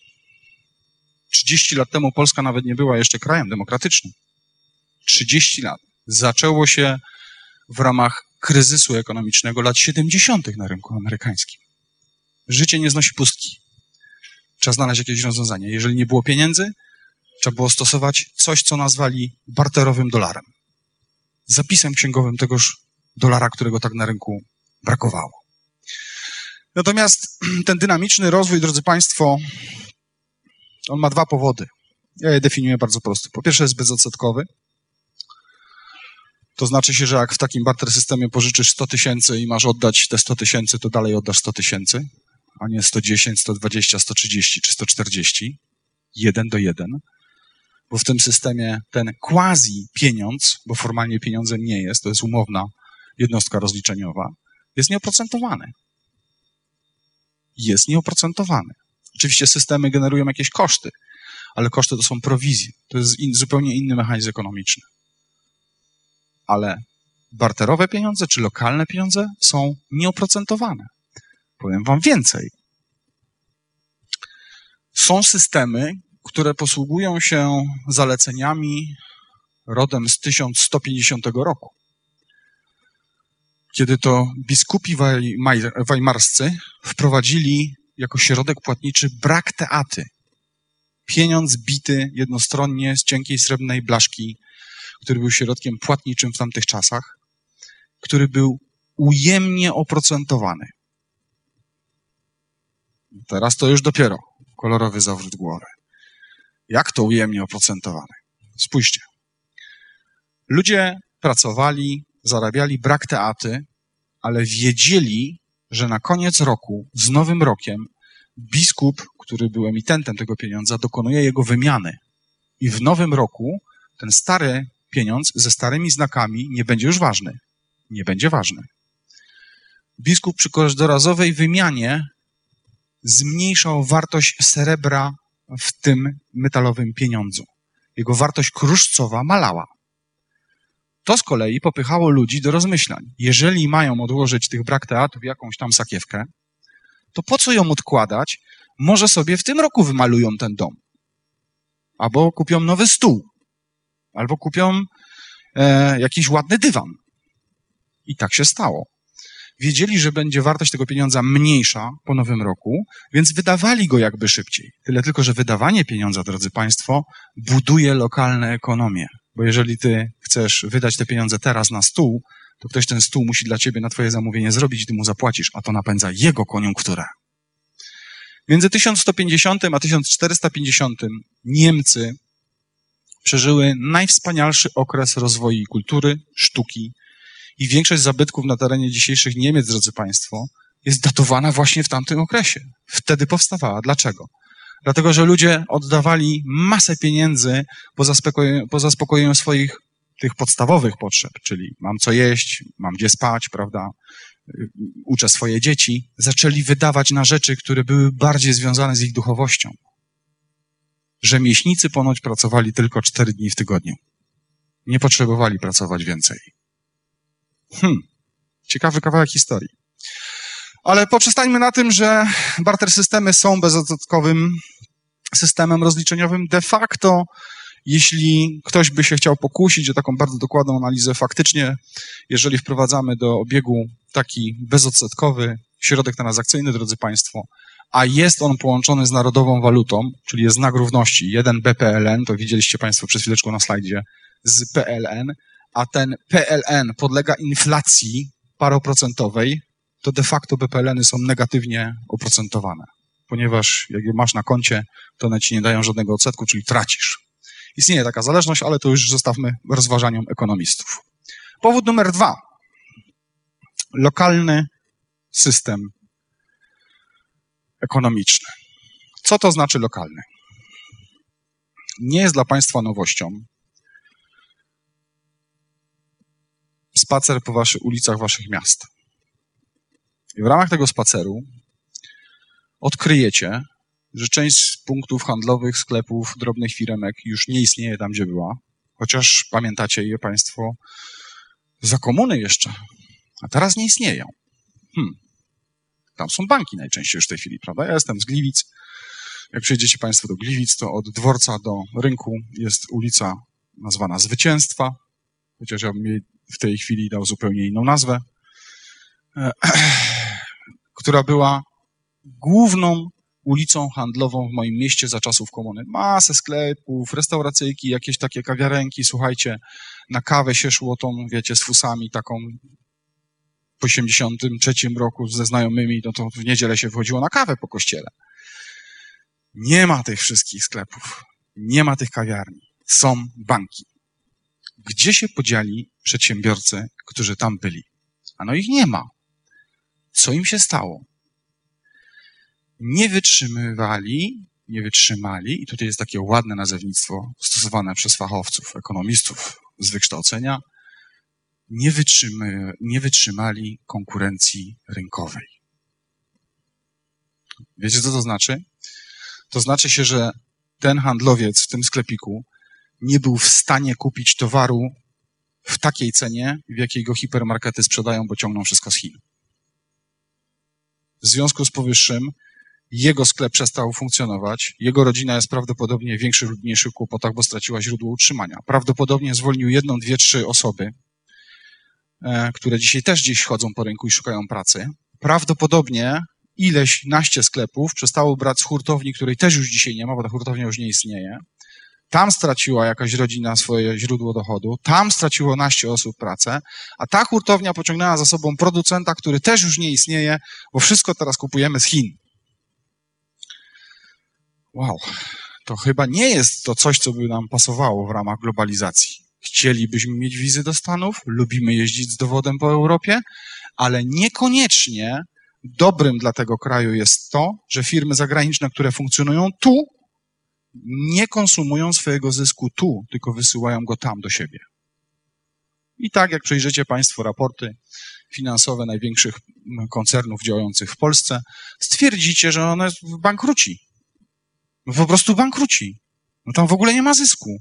Speaker 2: 30 lat temu Polska nawet nie była jeszcze krajem demokratycznym. 30 lat. Zaczęło się w ramach kryzysu ekonomicznego lat 70. na rynku amerykańskim. Życie nie znosi pustki. Trzeba znaleźć jakieś rozwiązanie. Jeżeli nie było pieniędzy, trzeba było stosować coś, co nazwali barterowym dolarem. Zapisem księgowym tegoż dolara, którego tak na rynku brakowało. Natomiast ten dynamiczny rozwój, drodzy Państwo, on ma dwa powody. Ja je definiuję bardzo prosto. Po pierwsze jest bezodsetkowy. To znaczy się, że jak w takim barter systemie pożyczysz 100 000 i masz oddać te 100 000, to dalej oddasz 100 000, a nie 110, 120, 130 czy 140. 1 do 1. Bo w tym systemie ten quasi pieniądz, bo formalnie pieniądzem nie jest, to jest umowna jednostka rozliczeniowa, jest nieoprocentowany. Jest nieoprocentowany. Oczywiście systemy generują jakieś koszty, ale koszty to są prowizje. To jest zupełnie inny mechanizm ekonomiczny. Ale barterowe pieniądze czy lokalne pieniądze są nieoprocentowane. Powiem wam więcej. Są systemy, które posługują się zaleceniami rodem z 1150 roku, kiedy to biskupi weimarscy wprowadzili jako środek płatniczy brak teaty. Pieniądz bity jednostronnie z cienkiej srebrnej blaszki, który był środkiem płatniczym w tamtych czasach, który był ujemnie oprocentowany. Teraz to już dopiero kolorowy zawrót głowy. Jak to ujemnie oprocentowane? Spójrzcie. Ludzie pracowali, zarabiali brak teaty, ale wiedzieli, że na koniec roku, z nowym rokiem, biskup, który był emitentem tego pieniądza, dokonuje jego wymiany. I w nowym roku ten stary pieniądz ze starymi znakami nie będzie już ważny. Nie będzie ważny. Biskup przy każdorazowej wymianie zmniejszał wartość srebra w tym metalowym pieniądzu. Jego wartość kruszcowa malała. To z kolei popychało ludzi do rozmyślań. Jeżeli mają odłożyć tych brak teatów jakąś tam sakiewkę, to po co ją odkładać? Może sobie w tym roku wymalują ten dom. Albo kupią nowy stół. Albo kupią jakiś ładny dywan. I tak się stało. Wiedzieli, że będzie wartość tego pieniądza mniejsza po nowym roku, więc wydawali go jakby szybciej. Tyle tylko, że wydawanie pieniądza, drodzy Państwo, buduje lokalne ekonomię. Bo jeżeli ty chcesz wydać te pieniądze teraz na stół, to ktoś ten stół musi dla ciebie na twoje zamówienie zrobić i ty mu zapłacisz, a to napędza jego koniunkturę. Między 1150 a 1450 Niemcy przeżyły najwspanialszy okres rozwoju kultury, sztuki i większość zabytków na terenie dzisiejszych Niemiec, drodzy Państwo, jest datowana właśnie w tamtym okresie. Wtedy powstawała. Dlaczego? Dlatego, że ludzie oddawali masę pieniędzy po zaspokojeniu swoich tych podstawowych potrzeb, czyli mam co jeść, mam gdzie spać, prawda, uczę swoje dzieci. Zaczęli wydawać na rzeczy, które były bardziej związane z ich duchowością. Rzemieślnicy ponoć pracowali tylko 4 dni w tygodniu. Nie potrzebowali pracować więcej. Ciekawy kawałek historii. Ale poprzestańmy na tym, że barter systemy są bezodsetkowym systemem rozliczeniowym. De facto, jeśli ktoś by się chciał pokusić o taką bardzo dokładną analizę, faktycznie, jeżeli wprowadzamy do obiegu taki bezodsetkowy środek transakcyjny, drodzy Państwo, a jest on połączony z narodową walutą, czyli jest znak równości 1 BPLN, to widzieliście Państwo przed chwileczką na slajdzie, z PLN, a ten PLN podlega inflacji paroprocentowej, to de facto BPLN-y są negatywnie oprocentowane, ponieważ jak je masz na koncie, to one ci nie dają żadnego odsetku, czyli tracisz. Istnieje taka zależność, ale to już zostawmy rozważaniom ekonomistów. Powód numer 2. Lokalny system ekonomiczny. Co to znaczy lokalny? Nie jest dla Państwa nowością spacer po ulicach Waszych miast. I w ramach tego spaceru odkryjecie, że część z punktów handlowych, sklepów, drobnych firemek już nie istnieje tam, gdzie była, chociaż pamiętacie je Państwo za komuny jeszcze, a teraz nie istnieją. Tam są banki najczęściej już w tej chwili, prawda? Ja jestem z Gliwic. Jak przyjedziecie Państwo do Gliwic, to od dworca do rynku jest ulica nazwana Zwycięstwa, chociaż ja bym jej w tej chwili dał zupełnie inną nazwę, która była główną ulicą handlową w moim mieście za czasów komuny. Masę sklepów, restauracyjki, jakieś takie kawiarenki, słuchajcie, na kawę się szło tą, wiecie, z fusami taką po 1983 roku ze znajomymi, no to w niedzielę się wchodziło na kawę po kościele. Nie ma tych wszystkich sklepów, nie ma tych kawiarni, są banki. Gdzie się podzieli przedsiębiorcy, którzy tam byli? Ano ich nie ma. Co im się stało? Nie wytrzymali, i tutaj jest takie ładne nazewnictwo stosowane przez fachowców, ekonomistów z wykształcenia, nie wytrzymali konkurencji rynkowej. Wiecie, co to znaczy? To znaczy się, że ten handlowiec w tym sklepiku nie był w stanie kupić towaru w takiej cenie, w jakiej go hipermarkety sprzedają, bo ciągną wszystko z Chin. W związku z powyższym jego sklep przestał funkcjonować, jego rodzina jest prawdopodobnie w większych lub mniejszych kłopotach, bo straciła źródło utrzymania. Prawdopodobnie zwolnił 1, 2, 3 osoby, które dzisiaj też gdzieś chodzą po rynku i szukają pracy. Prawdopodobnie naście sklepów przestało brać z hurtowni, której też już dzisiaj nie ma, bo ta hurtownia już nie istnieje. Tam straciła jakaś rodzina swoje źródło dochodu, tam straciło naście osób pracę, a ta hurtownia pociągnęła za sobą producenta, który też już nie istnieje, bo wszystko teraz kupujemy z Chin. Wow, to chyba nie jest to coś, co by nam pasowało w ramach globalizacji. Chcielibyśmy mieć wizy do Stanów, lubimy jeździć z dowodem po Europie, ale niekoniecznie dobrym dla tego kraju jest to, że firmy zagraniczne, które funkcjonują tu, nie konsumują swojego zysku tu, tylko wysyłają go tam do siebie. I tak jak przejrzycie Państwo raporty finansowe największych koncernów działających w Polsce, stwierdzicie, że one bankruci. No po prostu bankruci. No tam w ogóle nie ma zysku.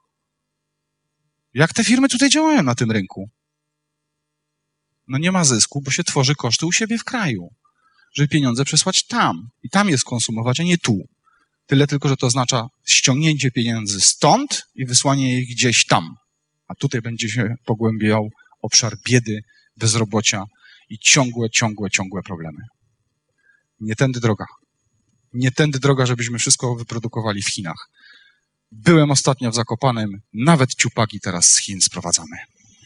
Speaker 2: Jak te firmy tutaj działają na tym rynku? No nie ma zysku, bo się tworzy koszty u siebie w kraju, żeby pieniądze przesłać tam. I tam jest konsumować, a nie tu. Tyle tylko, że to oznacza ściągnięcie pieniędzy stąd i wysłanie ich gdzieś tam. A tutaj będzie się pogłębiał obszar biedy, bezrobocia i ciągłe problemy. Nie tędy droga. Nie tędy droga, żebyśmy wszystko wyprodukowali w Chinach. Byłem ostatnio w Zakopanem, nawet ciupagi teraz z Chin sprowadzamy.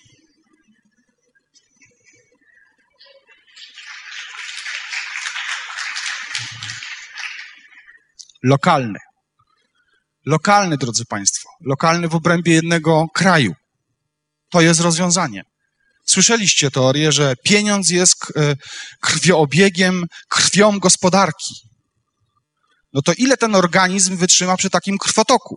Speaker 2: Lokalny. Lokalny, drodzy Państwo. Lokalny w obrębie jednego kraju. To jest rozwiązanie. Słyszeliście teorię, że pieniądz jest krwiobiegiem, krwią gospodarki. No to ile ten organizm wytrzyma przy takim krwotoku?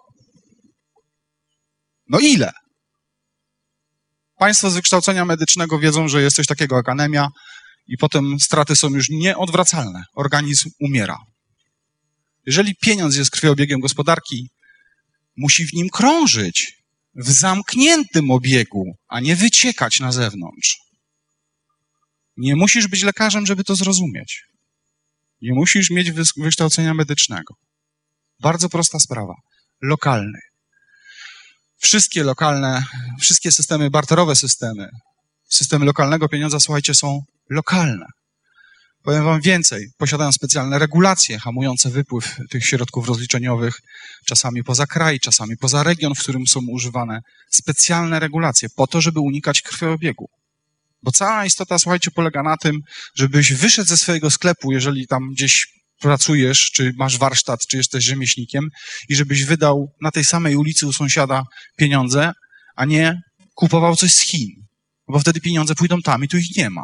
Speaker 2: No ile? Państwo z wykształcenia medycznego wiedzą, że jest coś takiego jak anemia i potem straty są już nieodwracalne. Organizm umiera. Jeżeli pieniądz jest krwiobiegiem gospodarki, musi w nim krążyć w zamkniętym obiegu, a nie wyciekać na zewnątrz. Nie musisz być lekarzem, żeby to zrozumieć. Nie musisz mieć wykształcenia medycznego. Bardzo prosta sprawa. Lokalny. Wszystkie systemy, barterowe systemy lokalnego pieniądza, słuchajcie, są lokalne. Powiem wam więcej, posiadają specjalne regulacje hamujące wypływ tych środków rozliczeniowych, czasami poza kraj, czasami poza region, w którym są używane. Specjalne regulacje po to, żeby unikać krwiobiegu. Bo cała istota, słuchajcie, polega na tym, żebyś wyszedł ze swojego sklepu, jeżeli tam gdzieś pracujesz, czy masz warsztat, czy jesteś rzemieślnikiem i żebyś wydał na tej samej ulicy u sąsiada pieniądze, a nie kupował coś z Chin. Bo wtedy pieniądze pójdą tam i tu ich nie ma.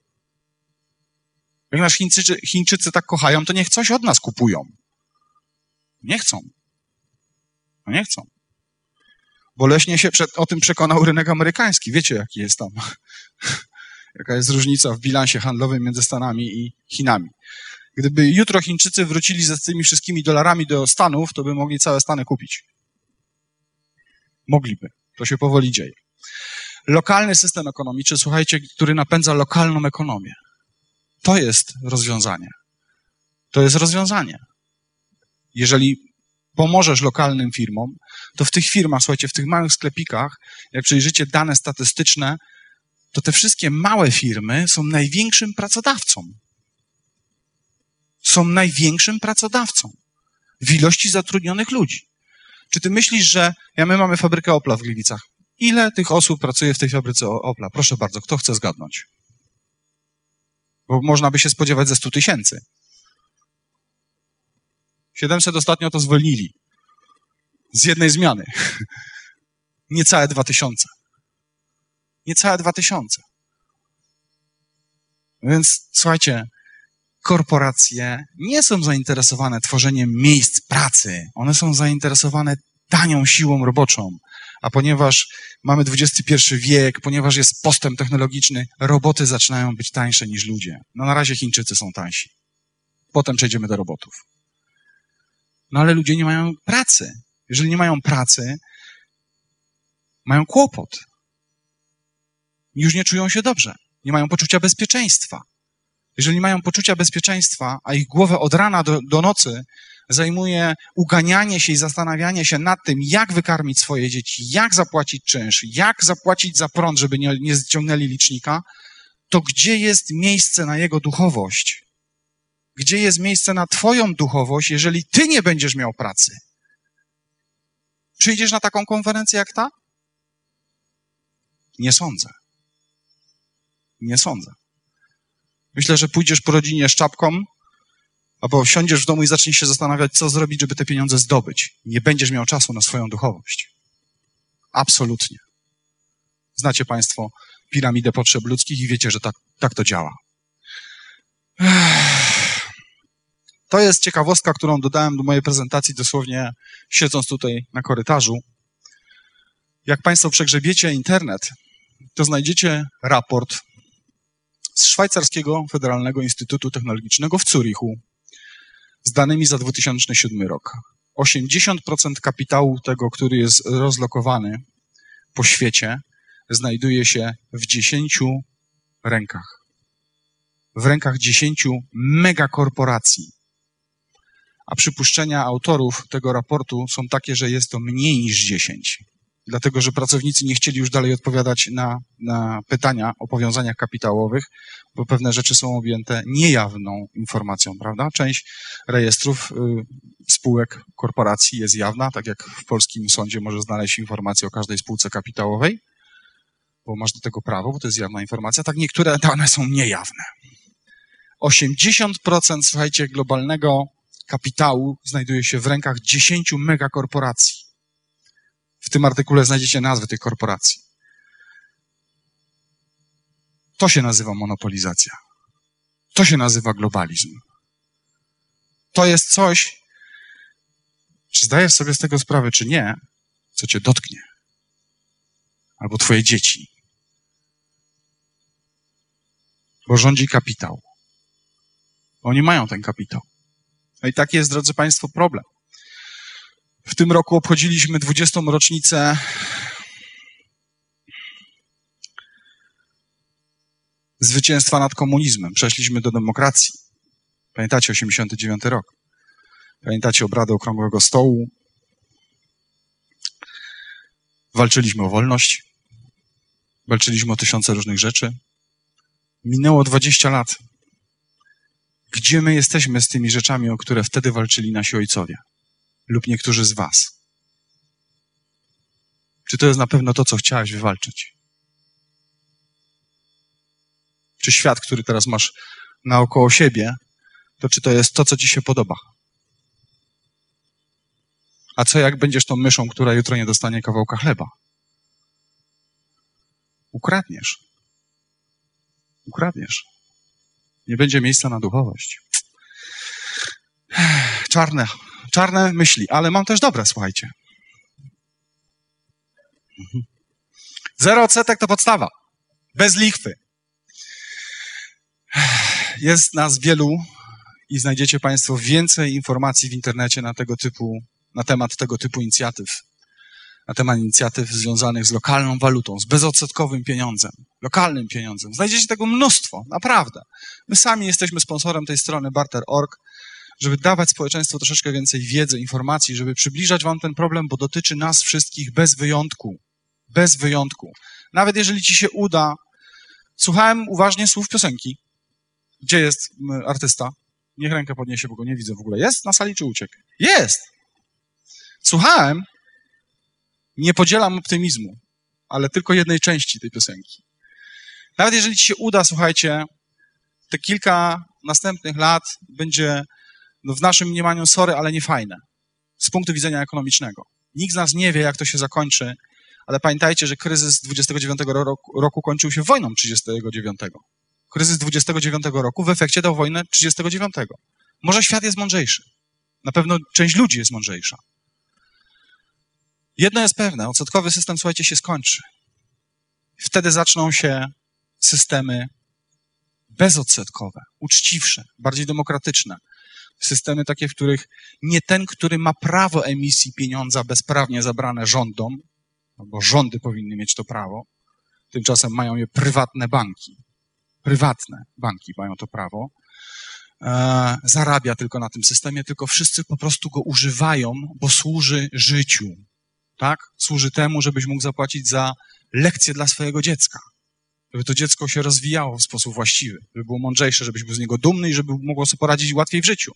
Speaker 2: Jak nas Chińczycy tak kochają, to niech coś od nas kupują. Nie chcą. No nie chcą. Boleśnie się o tym przekonał rynek amerykański. Wiecie, jaki jest tam. Jaka jest różnica w bilansie handlowym między Stanami i Chinami. Gdyby jutro Chińczycy wrócili ze tymi wszystkimi dolarami do Stanów, to by mogli całe Stany kupić. Mogliby. To się powoli dzieje. Lokalny system ekonomiczny, słuchajcie, który napędza lokalną ekonomię. To jest rozwiązanie. To jest rozwiązanie. Jeżeli pomożesz lokalnym firmom, to w tych firmach, słuchajcie, w tych małych sklepikach, jak przejrzycie dane statystyczne, to te wszystkie małe firmy są największym pracodawcą. Są największym pracodawcą w ilości zatrudnionych ludzi. Czy ty myślisz, że my mamy fabrykę Opla w Gliwicach? Ile tych osób pracuje w tej fabryce Opla? Proszę bardzo, kto chce zgadnąć? Bo można by się spodziewać ze 100 000. 700 ostatnio to zwolnili. Z jednej zmiany. Niecałe 2000. Niecałe 2000. Więc słuchajcie, korporacje nie są zainteresowane tworzeniem miejsc pracy. One są zainteresowane tanią siłą roboczą. A ponieważ mamy XXI wiek, ponieważ jest postęp technologiczny, roboty zaczynają być tańsze niż ludzie. No na razie Chińczycy są tańsi. Potem przejdziemy do robotów. No ale ludzie nie mają pracy. Jeżeli nie mają pracy, mają kłopot. Już nie czują się dobrze. Nie mają poczucia bezpieczeństwa. Jeżeli nie mają poczucia bezpieczeństwa, a ich głowę od rana do nocy zajmuje uganianie się i zastanawianie się nad tym, jak wykarmić swoje dzieci, jak zapłacić czynsz, jak zapłacić za prąd, żeby nie ściągnęli licznika, to gdzie jest miejsce na jego duchowość? Gdzie jest miejsce na twoją duchowość, jeżeli ty nie będziesz miał pracy? Przyjdziesz na taką konferencję jak ta? Nie sądzę. Nie sądzę. Myślę, że pójdziesz po rodzinie z czapką, albo siądziesz w domu i zaczniesz się zastanawiać, co zrobić, żeby te pieniądze zdobyć. Nie będziesz miał czasu na swoją duchowość. Absolutnie. Znacie państwo piramidę potrzeb ludzkich i wiecie, że tak to działa. To jest ciekawostka, którą dodałem do mojej prezentacji dosłownie siedząc tutaj na korytarzu. Jak państwo przegrzebiecie internet, to znajdziecie raport z Szwajcarskiego Federalnego Instytutu Technologicznego w Zurichu z danymi za 2007 rok. 80% kapitału tego, który jest rozlokowany po świecie, znajduje się w 10 rękach. W rękach 10 megakorporacji. A przypuszczenia autorów tego raportu są takie, że jest to mniej niż 10. Dlatego, że pracownicy nie chcieli już dalej odpowiadać na pytania o powiązaniach kapitałowych, bo pewne rzeczy są objęte niejawną informacją, prawda? Część rejestrów spółek korporacji jest jawna, tak jak w polskim sądzie możesz znaleźć informację o każdej spółce kapitałowej, bo masz do tego prawo, bo to jest jawna informacja. Tak niektóre dane są niejawne. 80%, słuchajcie, globalnego kapitału znajduje się w rękach 10 megakorporacji. W tym artykule znajdziecie nazwy tych korporacji. To się nazywa monopolizacja. To się nazywa globalizm. To jest coś, czy zdajesz sobie z tego sprawę, czy nie, co cię dotknie. Albo twoje dzieci. Bo rządzi kapitał. Oni mają ten kapitał. No i taki jest, drodzy państwo, problem. W tym roku obchodziliśmy 20. rocznicę zwycięstwa nad komunizmem. Przeszliśmy do demokracji. Pamiętacie 89 rok? Pamiętacie obrady Okrągłego Stołu? Walczyliśmy o wolność. Walczyliśmy o tysiące różnych rzeczy. Minęło 20 lat. Gdzie my jesteśmy z tymi rzeczami, o które wtedy walczyli nasi ojcowie? Lub niektórzy z was? Czy to jest na pewno to, co chciałeś wywalczyć? czy świat, który teraz masz naokoło siebie, to czy to jest to, co ci się podoba? A co jak będziesz tą myszą, która jutro nie dostanie kawałka chleba? Ukradniesz. Ukradniesz. Nie będzie miejsca na duchowość. Czarne myśli, ale mam też dobre, słuchajcie. 0 odsetek to podstawa. Bez lichwy. Jest nas wielu i znajdziecie Państwo więcej informacji w internecie na temat tego typu inicjatyw. Na temat inicjatyw związanych z lokalną walutą, z bezodsetkowym pieniądzem, lokalnym pieniądzem. Znajdziecie tego mnóstwo, naprawdę. My sami jesteśmy sponsorem tej strony barter.org, żeby dawać społeczeństwu troszeczkę więcej wiedzy, informacji, żeby przybliżać wam ten problem, bo dotyczy nas wszystkich bez wyjątku. Bez wyjątku. Nawet jeżeli ci się uda, słuchałem uważnie słów piosenki. Gdzie jest artysta? Niech rękę podniesie, bo go nie widzę w ogóle. Jest na sali czy uciekł? Jest! Słuchałem, nie podzielam optymizmu, ale tylko jednej części tej piosenki. Nawet jeżeli ci się uda, słuchajcie, te kilka następnych lat będzie w naszym mniemaniu, sorry, ale nie fajne. Z punktu widzenia ekonomicznego. Nikt z nas nie wie, jak to się zakończy, ale pamiętajcie, że kryzys 29 roku kończył się wojną 39. Kryzys 29 roku w efekcie dał wojnę 39. Może świat jest mądrzejszy. Na pewno część ludzi jest mądrzejsza. Jedno jest pewne, odsetkowy system, słuchajcie, się skończy. Wtedy zaczną się systemy bezodsetkowe, uczciwsze, bardziej demokratyczne. Systemy takie, w których nie ten, który ma prawo emisji pieniądza bezprawnie zabrane rządom, bo rządy powinny mieć to prawo, tymczasem mają je prywatne banki. Prywatne banki mają to prawo. Zarabia tylko na tym systemie, tylko wszyscy po prostu go używają, bo służy życiu. Tak? Służy temu, żebyś mógł zapłacić za lekcje dla swojego dziecka. Żeby to dziecko się rozwijało w sposób właściwy, żeby było mądrzejsze, żebyś był z niego dumny i żeby mogło sobie poradzić łatwiej w życiu.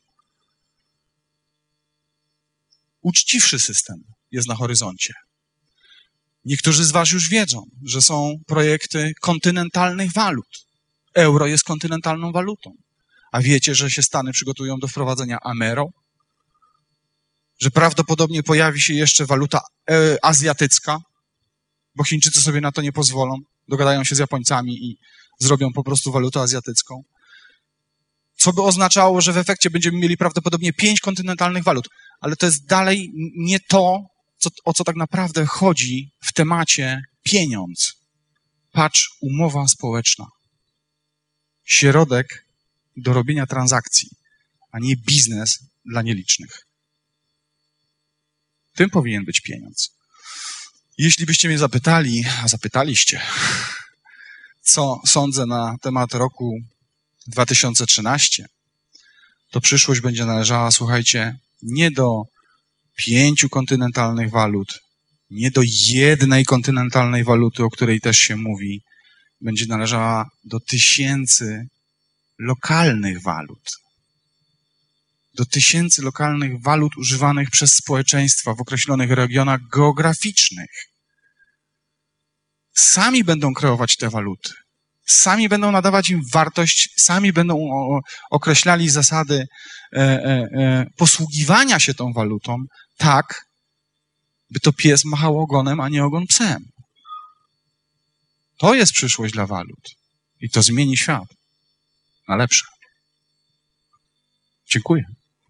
Speaker 2: Uczciwszy system jest na horyzoncie. Niektórzy z was już wiedzą, że są projekty kontynentalnych walut. Euro jest kontynentalną walutą. A wiecie, że się Stany przygotują do wprowadzenia Amero? Że prawdopodobnie pojawi się jeszcze waluta azjatycka, bo Chińczycy sobie na to nie pozwolą. Dogadają się z Japońcami i zrobią po prostu walutę azjatycką. Co by oznaczało, że w efekcie będziemy mieli prawdopodobnie 5 kontynentalnych walut. Ale to jest dalej nie to, o co tak naprawdę chodzi w temacie pieniądz. Patrz, umowa społeczna. Środek do robienia transakcji, a nie biznes dla nielicznych. Tym powinien być pieniądz. Jeśli byście mnie zapytali, a zapytaliście, co sądzę na temat roku 2013, to przyszłość będzie należała, słuchajcie, nie do 5 kontynentalnych walut, nie do jednej kontynentalnej waluty, o której też się mówi, będzie należała do 1000 lokalnych walut. Do 1000 lokalnych walut używanych przez społeczeństwa w określonych regionach geograficznych. Sami będą kreować te waluty. Sami będą nadawać im wartość, sami będą określali zasady posługiwania się tą walutą tak, by to pies machał ogonem, a nie ogon psem. To jest przyszłość dla walut. I to zmieni świat na lepsze. Dziękuję.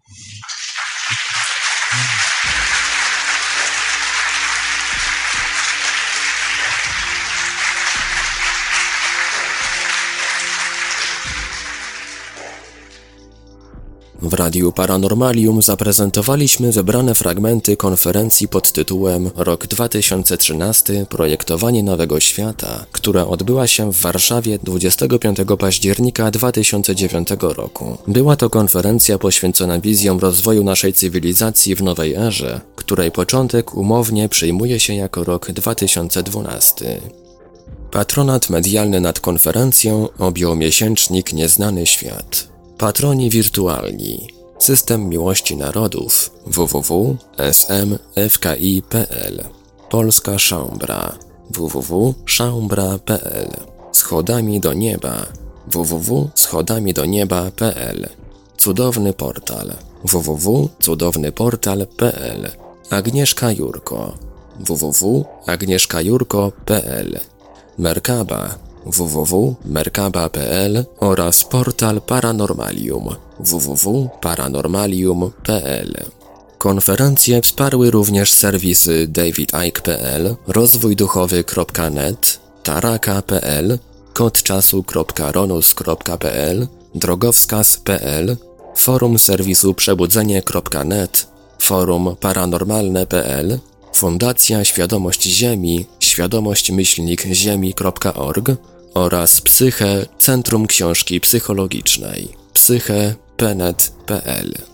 Speaker 1: W Radiu Paranormalium zaprezentowaliśmy wybrane fragmenty konferencji pod tytułem Rok 2013 – Projektowanie Nowego Świata, która odbyła się w Warszawie 25 października 2009 roku. Była to konferencja poświęcona wizjom rozwoju naszej cywilizacji w nowej erze, której początek umownie przyjmuje się jako rok 2012. Patronat medialny nad konferencją objął miesięcznik Nieznany Świat. Patroni wirtualni. System Miłości Narodów www.smfki.pl. Polska Szaumbra www.szaumbra.pl. Schodami do nieba www.schodamidonieba.pl. Cudowny portal www.cudownyportal.pl. Agnieszka Jurko www.agnieszkajurko.pl. Merkaba www.merkaba.pl oraz portal Paranormalium www.paranormalium.pl. Konferencje wsparły również serwisy davidicke.pl, rozwójduchowy.net, taraka.pl, kodczasu.ronus.pl, drogowskaz.pl, forum serwisu przebudzenie.net, forum paranormalne.pl, Fundacja Świadomość Ziemi, świadomość-ziemi.org oraz Psyche, Centrum Książki Psychologicznej, psyche.pnet.pl.